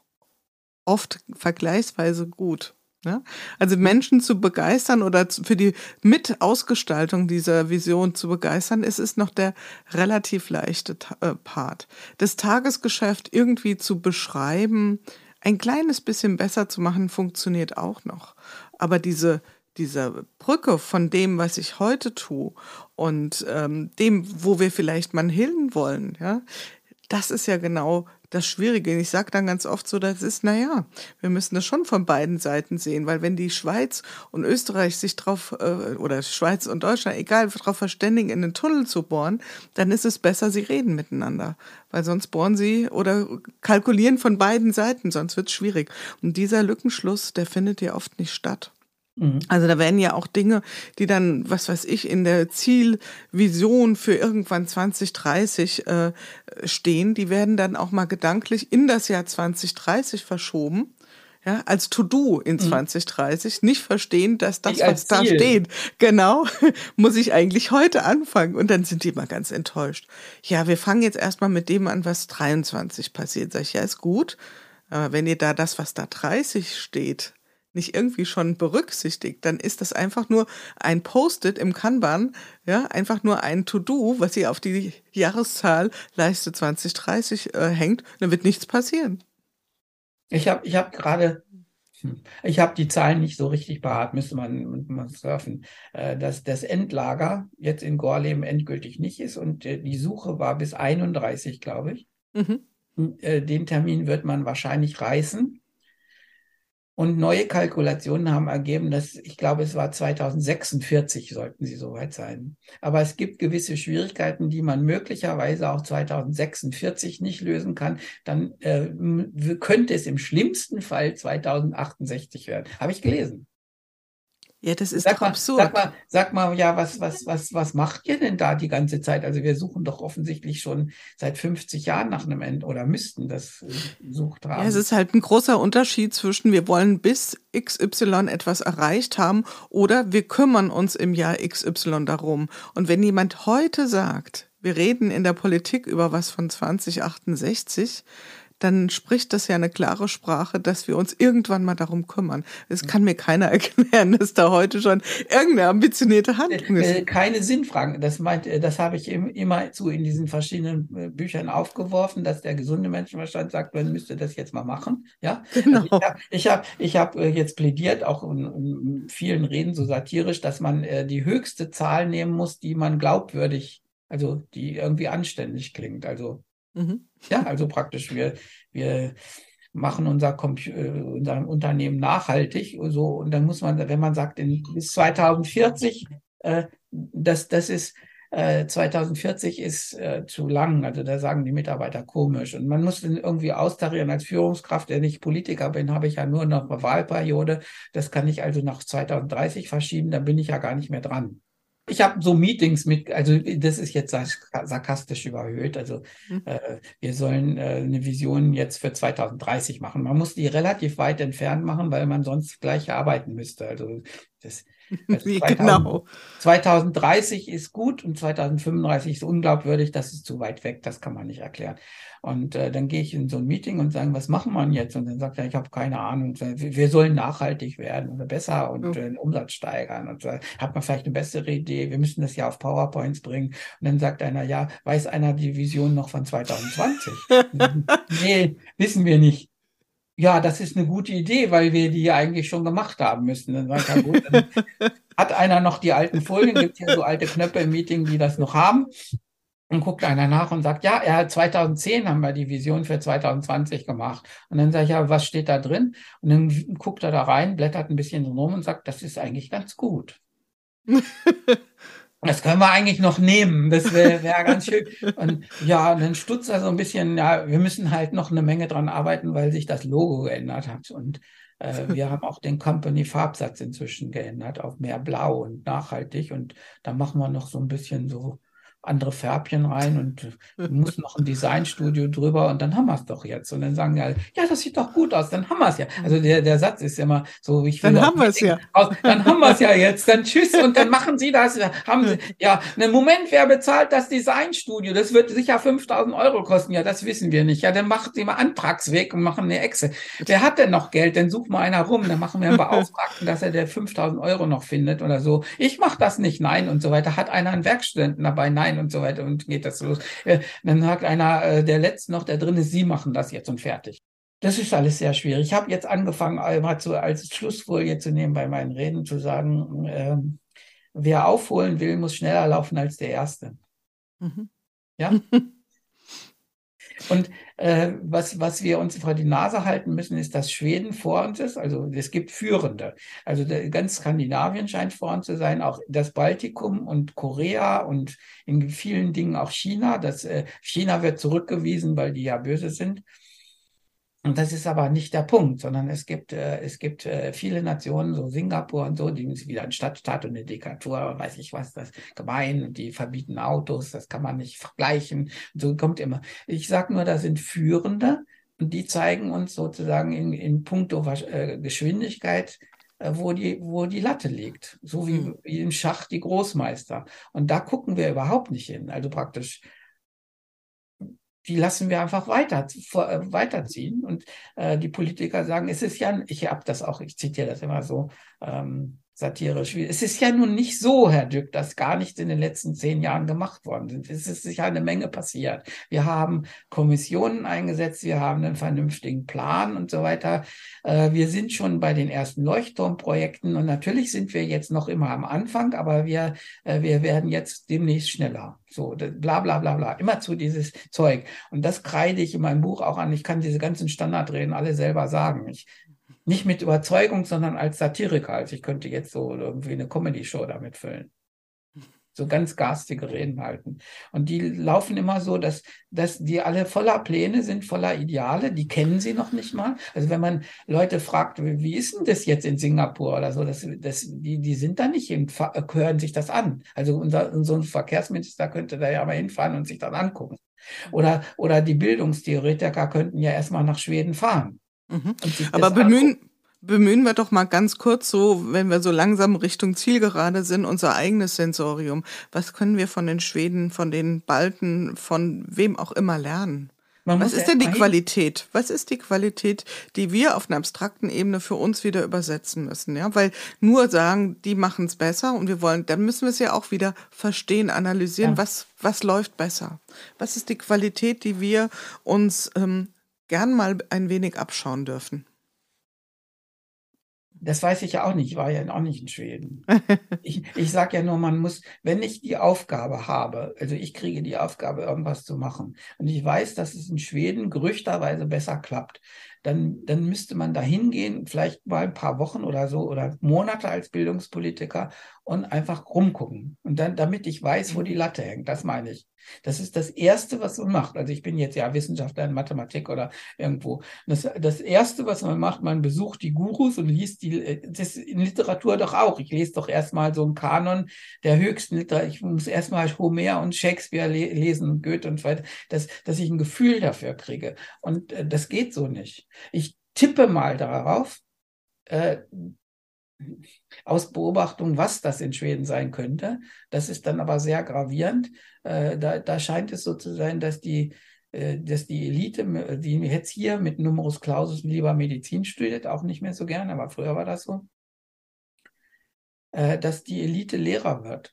oft vergleichsweise gut. Ne? Also Menschen zu begeistern oder für die Mitausgestaltung dieser Vision zu begeistern, ist es noch der relativ leichte äh, Part. Das Tagesgeschäft irgendwie zu beschreiben, ein kleines bisschen besser zu machen, funktioniert auch noch. Aber diese, diese Brücke von dem, was ich heute tue und ähm, dem, wo wir vielleicht mal hin wollen, ja, das ist ja genau das Schwierige. Ich sage dann ganz oft so, das ist, naja, wir müssen das schon von beiden Seiten sehen, weil wenn die Schweiz und Österreich sich drauf, äh, oder Schweiz und Deutschland, egal, darauf verständigen, in den Tunnel zu bohren, dann ist es besser, sie reden miteinander, weil sonst bohren sie oder kalkulieren von beiden Seiten, sonst wird es schwierig. Und dieser Lückenschluss, der findet ja oft nicht statt. Also da werden ja auch Dinge, die dann, was weiß ich, in der Zielvision für irgendwann zwanzig dreißig äh, stehen, die werden dann auch mal gedanklich in das Jahr zwanzig dreißig verschoben, ja, als To-Do in zwanzig dreißig, nicht verstehen, dass das, was da steht, genau, muss ich eigentlich heute anfangen. Und dann sind die mal ganz enttäuscht. Ja, wir fangen jetzt erstmal mit dem an, was dreiundzwanzig passiert. Sag ich, ja, ist gut, aber wenn ihr da das, was da dreißig steht, nicht irgendwie schon berücksichtigt, dann ist das einfach nur ein Post-it im Kanban, ja, einfach nur ein To-Do, was ihr auf die Jahreszahl Leiste zwanzig dreißig äh, hängt, dann wird nichts passieren. Ich habe ich hab gerade, ich habe die Zahlen nicht so richtig parat, müsste man, man surfen, äh, dass das Endlager jetzt in Gorleben endgültig nicht ist und äh, die Suche war bis einunddreißig, glaube ich. Mhm. Äh, den Termin wird man wahrscheinlich reißen. Und neue Kalkulationen haben ergeben, dass, ich glaube, es war zweitausendsechsundvierzig sollten sie soweit sein. Aber es gibt gewisse Schwierigkeiten, die man möglicherweise auch zweitausendsechsundvierzig nicht lösen kann. Dann äh, könnte es im schlimmsten Fall zweitausendachtundsechzig werden. Habe ich gelesen. Ja, das ist sag doch mal, absurd. Sag mal, sag mal, ja, was, was, was, was macht ihr denn da die ganze Zeit? Also wir suchen doch offensichtlich schon seit fünfzig Jahren nach einem Ende oder müssten das gesucht haben. Ja, es ist halt ein großer Unterschied zwischen wir wollen bis X Y etwas erreicht haben oder wir kümmern uns im Jahr X Y darum. Und wenn jemand heute sagt, wir reden in der Politik über was von zwanzig achtundsechzig, dann spricht das ja eine klare Sprache, dass wir uns irgendwann mal darum kümmern. Es kann mir keiner erklären, dass da heute schon irgendeine ambitionierte Handlung ist. Keine Sinnfragen. Das meint, das habe ich immer zu in diesen verschiedenen Büchern aufgeworfen, dass der gesunde Menschenverstand sagt, man müsste das jetzt mal machen. Ja, genau. Also ich habe, ich habe, ich habe jetzt plädiert, auch in, in vielen Reden so satirisch, dass man die höchste Zahl nehmen muss, die man glaubwürdig Also die irgendwie anständig klingt. Also Mhm. ja, also praktisch wir, wir machen unser, Compu äh, unser Unternehmen nachhaltig und so. Und dann muss man, wenn man sagt, in, bis zweitausendvierzig, äh, das, das ist, äh, zweitausendvierzig ist äh, zu lang. Also da sagen die Mitarbeiter komisch. Und man muss dann irgendwie austarieren. Als Führungskraft, der nicht Politiker bin, habe ich ja nur noch eine Wahlperiode. Das kann ich also nach zweitausenddreißig verschieben. Dann bin ich ja gar nicht mehr dran. Ich habe so Meetings mit, also das ist jetzt sarkastisch überhöht. Also äh, wir sollen äh, eine Vision jetzt für zweitausenddreißig machen. Man muss die relativ weit entfernt machen, weil man sonst gleich arbeiten müsste. Also das also Genau. zweitausenddreißig ist gut und zweitausendfünfunddreißig ist unglaubwürdig, das ist zu weit weg, das kann man nicht erklären. Und äh, dann gehe ich in so ein Meeting und sage, was machen wir jetzt? Und dann sagt er, ich habe keine Ahnung, wir, wir sollen nachhaltig werden oder besser und äh, den Umsatz steigern. Und so hat man vielleicht eine bessere Idee, wir müssen das ja auf PowerPoints bringen. Und dann sagt einer, ja, weiß einer die Vision noch von zweitausendzwanzig? Nee, wissen wir nicht. Ja, das ist eine gute Idee, weil wir die ja eigentlich schon gemacht haben müssen. Dann sage ich, ja gut, dann hat einer noch die alten Folien, gibt hier so alte Knöpfe im Meeting, die das noch haben. Und guckt einer nach und sagt, ja, er hat zweitausendzehn haben wir die Vision für zweitausendzwanzig gemacht. Und dann sage ich, ja, was steht da drin? Und dann guckt er da rein, blättert ein bisschen rum und sagt, das ist eigentlich ganz gut. Das können wir eigentlich noch nehmen. Das wäre wär ganz schön. Und ja, und dann stutzt er so ein bisschen, ja, wir müssen halt noch eine Menge dran arbeiten, weil sich das Logo geändert hat. Und äh, wir haben auch den Company-Farbsatz inzwischen geändert auf mehr Blau und nachhaltig. Und da machen wir noch so ein bisschen so andere Färbchen rein und muss noch ein Designstudio drüber und dann haben wir es doch jetzt. Und dann sagen die alle, ja, das sieht doch gut aus, dann haben wir es ja. Also der, der Satz ist immer so, ich will dann haben wir es ja. Aus, dann haben wir es ja jetzt, dann tschüss und dann machen Sie das. Haben Sie, ja, einen Moment, wer bezahlt das Designstudio? Das wird sicher fünftausend Euro kosten. Ja, das wissen wir nicht. Ja, dann machen Sie mal Antragsweg und machen eine Excel. Wer hat denn noch Geld? Dann sucht mal einer rum, dann machen wir einen Beauftragten, dass er der fünftausend Euro noch findet oder so. Ich mache das nicht, nein und so weiter. Hat einer einen Werkstudenten dabei? Nein und so weiter und geht das los. Dann sagt einer, der letzte noch, der drin ist, Sie machen das jetzt und fertig. Das ist alles sehr schwierig. Ich habe jetzt angefangen, mal zu, als Schlussfolie zu nehmen bei meinen Reden, zu sagen, äh, wer aufholen will, muss schneller laufen als der Erste. Mhm. Ja? Und äh, was, was wir uns vor die Nase halten müssen, ist, dass Schweden vor uns ist. Also es gibt Führende. Also der, ganz Skandinavien scheint vor uns zu sein, auch das Baltikum und Korea und in vielen Dingen auch China. Das, äh, China wird zurückgewiesen, weil die ja böse sind. Und das ist aber nicht der Punkt, sondern es gibt, äh, es gibt äh, viele Nationen, so Singapur und so, die sind wieder ein Stadtstaat und eine Diktatur, weiß ich was, das gemein, und die verbieten Autos, das kann man nicht vergleichen. Und so kommt immer. Ich sage nur, da sind Führende und die zeigen uns sozusagen in, in puncto äh, Geschwindigkeit, äh, wo die, wo die Latte liegt. So wie, wie im Schach die Großmeister. Und da gucken wir überhaupt nicht hin. Also praktisch, die lassen wir einfach weiter, vor, weiterziehen. Und äh, die Politiker sagen, es ist ja, ich habe das auch, ich zitiere das immer so ähm, satirisch, es ist ja nun nicht so, Herr Dück, dass gar nichts in den letzten zehn Jahren gemacht worden ist. Es ist sicher eine Menge passiert. Wir haben Kommissionen eingesetzt, wir haben einen vernünftigen Plan und so weiter. Äh, wir sind schon bei den ersten Leuchtturmprojekten und natürlich sind wir jetzt noch immer am Anfang, aber wir, äh, wir werden jetzt demnächst schneller. So, bla bla bla bla, immer zu dieses Zeug. Und das kreide ich in meinem Buch auch an. Ich kann diese ganzen Standardreden alle selber sagen. Ich, nicht mit Überzeugung, sondern als Satiriker. Also ich könnte jetzt so irgendwie eine Comedy-Show damit füllen. So ganz garstige Reden halten. Und die laufen immer so, dass, dass die alle voller Pläne sind, voller Ideale. Die kennen sie noch nicht mal. Also wenn man Leute fragt, wie ist denn das jetzt in Singapur oder so, das, das, die, die sind da nicht, im, hören sich das an. Also unser, unser Verkehrsminister könnte da ja mal hinfahren und sich das angucken. Oder, oder die Bildungstheoretiker könnten ja erstmal nach Schweden fahren. Mhm. Aber bemühen, bemühen wir doch mal ganz kurz so, wenn wir so langsam Richtung Zielgerade sind, unser eigenes Sensorium. Was können wir von den Schweden, von den Balten, von wem auch immer lernen? Man Was ist denn die Qualität? Was ist die Qualität, die wir auf einer abstrakten Ebene für uns wieder übersetzen müssen? Ja, weil nur sagen, die machen es besser und wir wollen, dann müssen wir es ja auch wieder verstehen, analysieren, ja. was, was läuft besser? Was ist die Qualität, die wir uns ähm, gern mal ein wenig abschauen dürfen? Das weiß ich ja auch nicht. Ich war ja auch nicht in Schweden. Ich, ich sage ja nur, man muss, wenn ich die Aufgabe habe, also ich kriege die Aufgabe, irgendwas zu machen, und ich weiß, dass es in Schweden gerüchterweise besser klappt, dann, dann müsste man da hingehen, vielleicht mal ein paar Wochen oder so oder Monate als Bildungspolitiker und einfach rumgucken. Und dann, damit ich weiß, wo die Latte hängt, das meine ich. Das ist das Erste, was man macht. Also ich bin jetzt ja Wissenschaftler in Mathematik oder irgendwo. Das, das Erste, was man macht, man besucht die Gurus und liest die, das ist in Literatur doch auch. Ich lese doch erstmal so einen Kanon der höchsten Literatur. Ich muss erstmal Homer und Shakespeare le lesen und Goethe und so weiter, dass, dass ich ein Gefühl dafür kriege. Und äh, das geht so nicht. Ich tippe mal darauf, äh, aus Beobachtung, was das in Schweden sein könnte. Das ist dann aber sehr gravierend. Äh, da, da scheint es so zu sein, dass die, äh, dass die Elite, die jetzt hier mit Numerus Clausus lieber Medizin studiert, auch nicht mehr so gern, aber früher war das so, äh, dass die Elite Lehrer wird.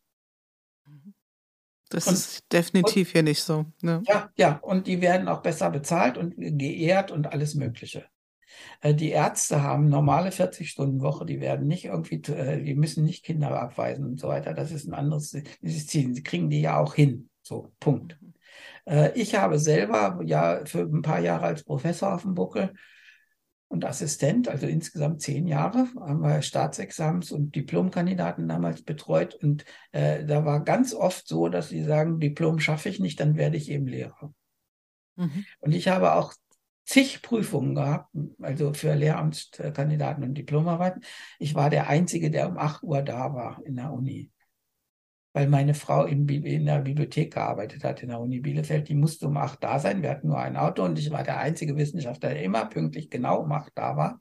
Das Und, ist definitiv und, hier nicht so. Ne? Ja, ja, und die werden auch besser bezahlt und geehrt und alles Mögliche. Die Ärzte haben normale vierzig-Stunden-Woche, die werden nicht irgendwie, die müssen nicht Kinder abweisen und so weiter. Das ist ein anderes dieses Ziel. Sie kriegen die ja auch hin. So, Punkt. Ich habe selber ja für ein paar Jahre als Professor auf dem Buckel und Assistent, also insgesamt zehn Jahre, haben wir Staatsexamens und Diplomkandidaten damals betreut. Und äh, da war ganz oft so, dass sie sagen, Diplom schaffe ich nicht, dann werde ich eben Lehrer. Mhm. Und ich habe auch zig Prüfungen gehabt, also für Lehramtskandidaten und Diplomarbeiten. Ich war der Einzige, der um acht Uhr da war in der Uni, weil meine Frau in, in der Bibliothek gearbeitet hat in der Uni Bielefeld. Die musste um acht da sein. Wir hatten nur ein Auto und ich war der einzige Wissenschaftler, der immer pünktlich genau um acht da war.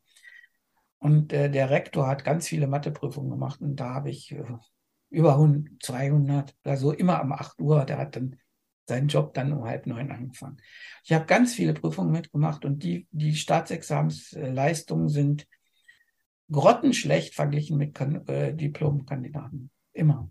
Und äh, der Rektor hat ganz viele Matheprüfungen gemacht und da habe ich äh, über hundert, zweihundert, also immer um acht Uhr. Der hat dann seinen Job dann um halb neun angefangen. Ich habe ganz viele Prüfungen mitgemacht und die, die Staatsexamensleistungen sind grottenschlecht verglichen mit äh, Diplomkandidaten. Immer.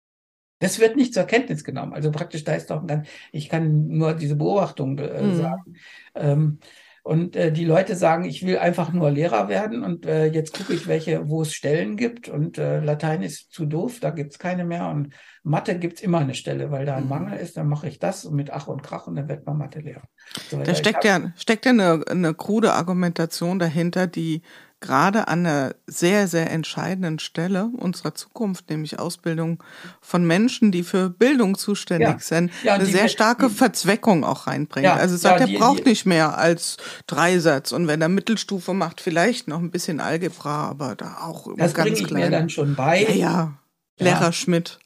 Das wird nicht zur Kenntnis genommen. Also praktisch, da ist doch ein ganz, ich kann nur diese Beobachtung äh, mhm. sagen. Ähm, und äh, die Leute sagen, ich will einfach nur Lehrer werden und äh, jetzt gucke ich, welche, wo es Stellen gibt und äh, Latein ist zu doof, da gibt es keine mehr und Mathe gibt es immer eine Stelle, weil da ein Mangel ist, dann mache ich das und mit Ach und Krach und dann wird man Mathelehrer. So, da steckt ja, steckt ja eine, eine krude Argumentation dahinter, die gerade an einer sehr, sehr entscheidenden Stelle unserer Zukunft, nämlich Ausbildung von Menschen, die für Bildung zuständig ja. sind, ja, eine die, sehr starke die, Verzweckung auch reinbringt. Ja, also sagt, ja, die, er braucht die, nicht mehr als Dreisatz und wenn er Mittelstufe macht, vielleicht noch ein bisschen Algebra, aber da auch das ganz bringe ich klein. Mir dann schon bei. Ja, ja. Lehrer ja. Schmidt.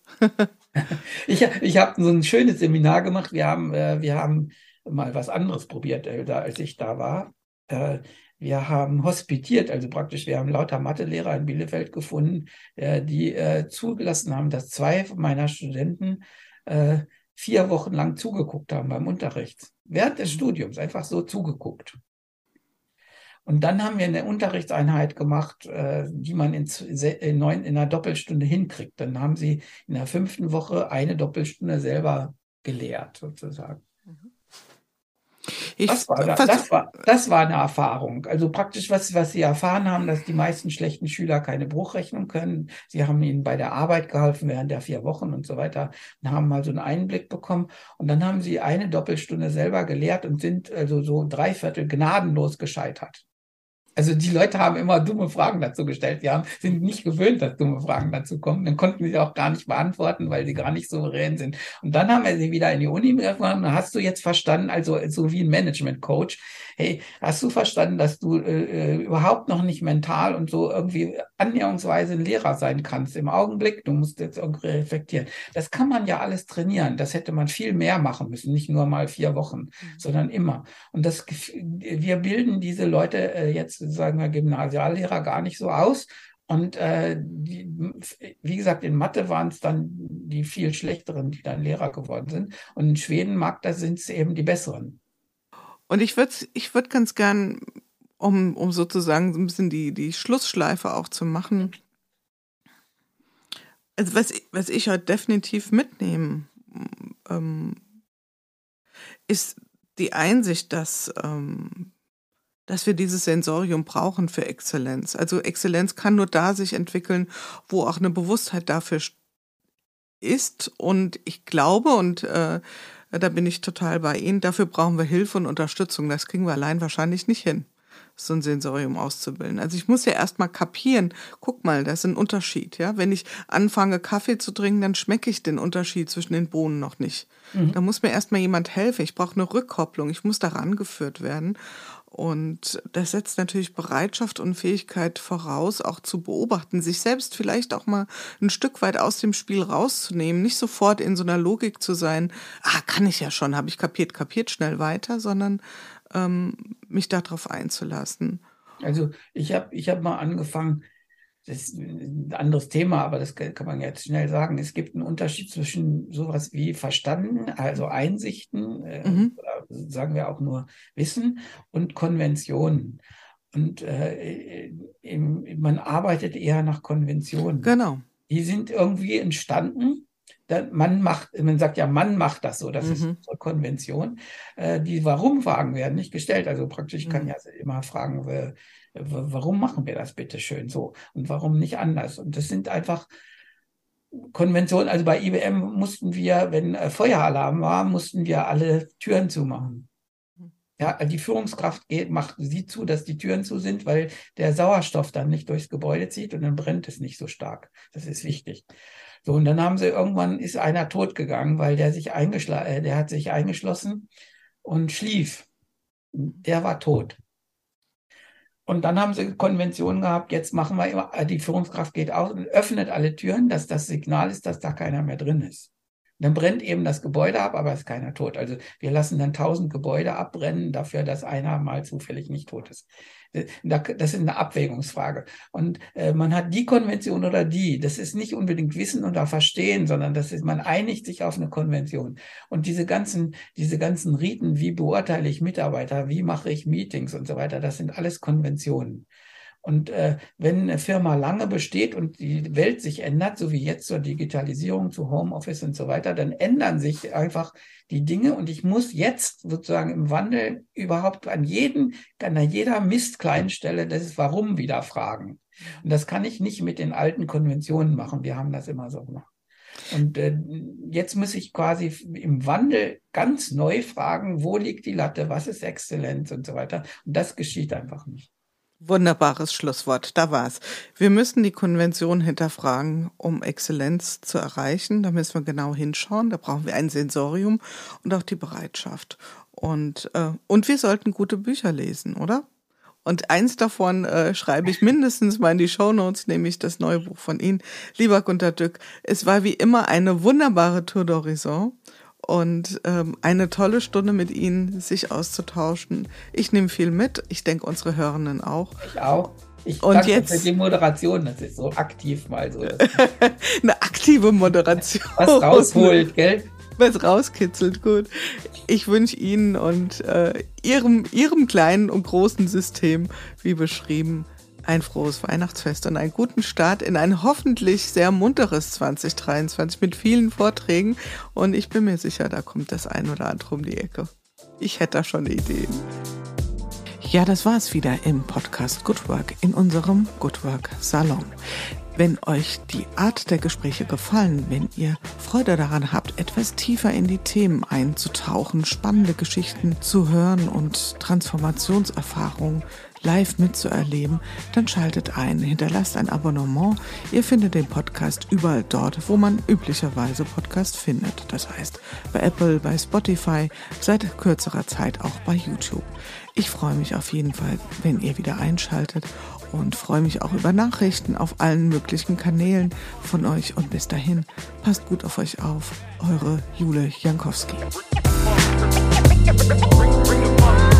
ich ich habe so ein schönes Seminar gemacht. Wir haben, äh, wir haben mal was anderes probiert, äh, da, als ich da war. Äh, Wir haben hospitiert, also praktisch, wir haben lauter Mathelehrer in Bielefeld gefunden, äh, die äh, zugelassen haben, dass zwei meiner Studenten äh, vier Wochen lang zugeguckt haben beim Unterricht. Während des Studiums, einfach so zugeguckt. Und dann haben wir eine Unterrichtseinheit gemacht, äh, die man in, in, neun, in einer Doppelstunde hinkriegt. Dann haben sie in der fünften Woche eine Doppelstunde selber gelehrt, sozusagen. Mhm. Das war, das, war, das war eine Erfahrung. Also praktisch, was, was Sie erfahren haben, dass die meisten schlechten Schüler keine Bruchrechnung können. Sie haben ihnen bei der Arbeit geholfen während der vier Wochen und so weiter und haben mal so einen Einblick bekommen. Und dann haben sie eine Doppelstunde selber gelehrt und sind also so drei Viertel gnadenlos gescheitert. Also die Leute haben immer dumme Fragen dazu gestellt. Die haben, sind nicht gewöhnt, dass dumme Fragen dazu kommen. Dann konnten sie auch gar nicht beantworten, weil sie gar nicht souverän sind. Und dann haben wir sie wieder in die Uni gefahren. Hast du jetzt verstanden, also so wie ein Management-Coach, hey, hast du verstanden, dass du äh, überhaupt noch nicht mental und so irgendwie annäherungsweise ein Lehrer sein kannst im Augenblick? Du musst jetzt irgendwie reflektieren. Das kann man ja alles trainieren. Das hätte man viel mehr machen müssen. Nicht nur mal vier Wochen, mhm. sondern immer. Und das, wir bilden diese Leute äh, jetzt sagen wir Gymnasiallehrer gar nicht so aus. Und äh, die, wie gesagt, in Mathe waren es dann die viel schlechteren, die dann Lehrer geworden sind. Und in Schweden, mag das sind es eben die besseren. Und ich würde ich würd ganz gern, um, um sozusagen so ein bisschen die, die Schlussschleife auch zu machen, also was, was ich heute definitiv mitnehme, ähm, ist die Einsicht, dass ähm, dass wir dieses Sensorium brauchen für Exzellenz. Also Exzellenz kann nur da sich entwickeln, wo auch eine Bewusstheit dafür ist. Und ich glaube, und äh, da bin ich total bei Ihnen, dafür brauchen wir Hilfe und Unterstützung. Das kriegen wir allein wahrscheinlich nicht hin, so ein Sensorium auszubilden. Also ich muss ja erstmal kapieren, guck mal, das ist ein Unterschied. Ja? Wenn ich anfange, Kaffee zu trinken, dann schmecke ich den Unterschied zwischen den Bohnen noch nicht. Mhm. Da muss mir erstmal jemand helfen. Ich brauche eine Rückkopplung. Ich muss da rangeführt werden. Und das setzt natürlich Bereitschaft und Fähigkeit voraus, auch zu beobachten, sich selbst vielleicht auch mal ein Stück weit aus dem Spiel rauszunehmen, nicht sofort in so einer Logik zu sein, ah, kann ich ja schon, habe ich kapiert, kapiert, schnell weiter, sondern ähm, mich darauf einzulassen. Also ich habe ich hab mal angefangen, das ist ein anderes Thema, aber das kann man jetzt schnell sagen. Es gibt einen Unterschied zwischen sowas wie Verstanden, also Einsichten, mhm. äh, sagen wir auch nur Wissen, und Konventionen. Und äh, im, man arbeitet eher nach Konventionen. Genau. Die sind irgendwie entstanden. Man macht, man sagt ja, man macht das so, das mhm. ist unsere Konvention. Äh, die Warum-Fragen werden nicht gestellt. Also praktisch, ich kann mhm. ja immer fragen, äh, warum machen wir das bitte schön so und warum nicht anders? Und das sind einfach Konventionen. Also bei I B M mussten wir, wenn äh, Feueralarm war, mussten wir alle Türen zumachen. Ja, die Führungskraft geht, macht, sieht zu, dass die Türen zu sind, weil der Sauerstoff dann nicht durchs Gebäude zieht und dann brennt es nicht so stark. Das ist wichtig. So, und dann haben sie irgendwann, ist einer tot gegangen, weil der sich eingeschl- äh, der hat sich eingeschlossen und schlief. Der war tot. Und dann haben sie Konventionen gehabt, jetzt machen wir immer, die Führungskraft geht aus und öffnet alle Türen, dass das Signal ist, dass da keiner mehr drin ist. Und dann brennt eben das Gebäude ab, aber ist keiner tot. Also wir lassen dann tausend Gebäude abbrennen dafür, dass einer mal zufällig nicht tot ist. Das ist eine Abwägungsfrage. Und äh, man hat die Konvention oder die. Das ist nicht unbedingt Wissen oder Verstehen, sondern das ist, man einigt sich auf eine Konvention. Und diese ganzen, diese ganzen Riten, wie beurteile ich Mitarbeiter, wie mache ich Meetings und so weiter, das sind alles Konventionen. Und äh, wenn eine Firma lange besteht und die Welt sich ändert, so wie jetzt zur Digitalisierung, zu Homeoffice und so weiter, dann ändern sich einfach die Dinge. Und ich muss jetzt sozusagen im Wandel überhaupt an jeden, an jeder mistkleinen Stelle das Warum wieder fragen. Und das kann ich nicht mit den alten Konventionen machen. Wir haben das immer so gemacht. Und äh, jetzt muss ich quasi im Wandel ganz neu fragen, wo liegt die Latte, was ist Exzellenz und so weiter. Und das geschieht einfach nicht. Wunderbares Schlusswort, da war's. Wir müssen die Konvention hinterfragen, um Exzellenz zu erreichen. Da müssen wir genau hinschauen. Da brauchen wir ein Sensorium und auch die Bereitschaft. Und, äh, und wir sollten gute Bücher lesen, oder? Und eins davon äh, schreibe ich mindestens mal in die Shownotes, nämlich das neue Buch von Ihnen. Lieber Gunter Dück, es war wie immer eine wunderbare Tour d'Horizon. Und ähm, eine tolle Stunde mit Ihnen, sich auszutauschen. Ich nehme viel mit. Ich denke, unsere Hörenden auch. Ich auch. Ich und danke jetzt für die Moderation. Das ist so aktiv mal so. Eine aktive Moderation. Was rausholt, gell? Was rauskitzelt, gut. Ich wünsche Ihnen und äh, Ihrem, Ihrem kleinen und großen System, wie beschrieben, ein frohes Weihnachtsfest und einen guten Start in ein hoffentlich sehr munteres zwanzig dreiundzwanzig mit vielen Vorträgen. Und ich bin mir sicher, da kommt das ein oder andere um die Ecke. Ich hätte da schon Ideen. Ja, das war's wieder im Podcast Good Work in unserem Good Work Salon. Wenn euch die Art der Gespräche gefallen, wenn ihr Freude daran habt, etwas tiefer in die Themen einzutauchen, spannende Geschichten zu hören und Transformationserfahrungen live mitzuerleben, dann schaltet ein, hinterlasst ein Abonnement. Ihr findet den Podcast überall dort, wo man üblicherweise Podcast findet. Das heißt bei Apple, bei Spotify, seit kürzerer Zeit auch bei YouTube. Ich freue mich auf jeden Fall, wenn ihr wieder einschaltet und freue mich auch über Nachrichten auf allen möglichen Kanälen von euch. Und bis dahin, passt gut auf euch auf. Eure Jule Jankowski. Bring, bring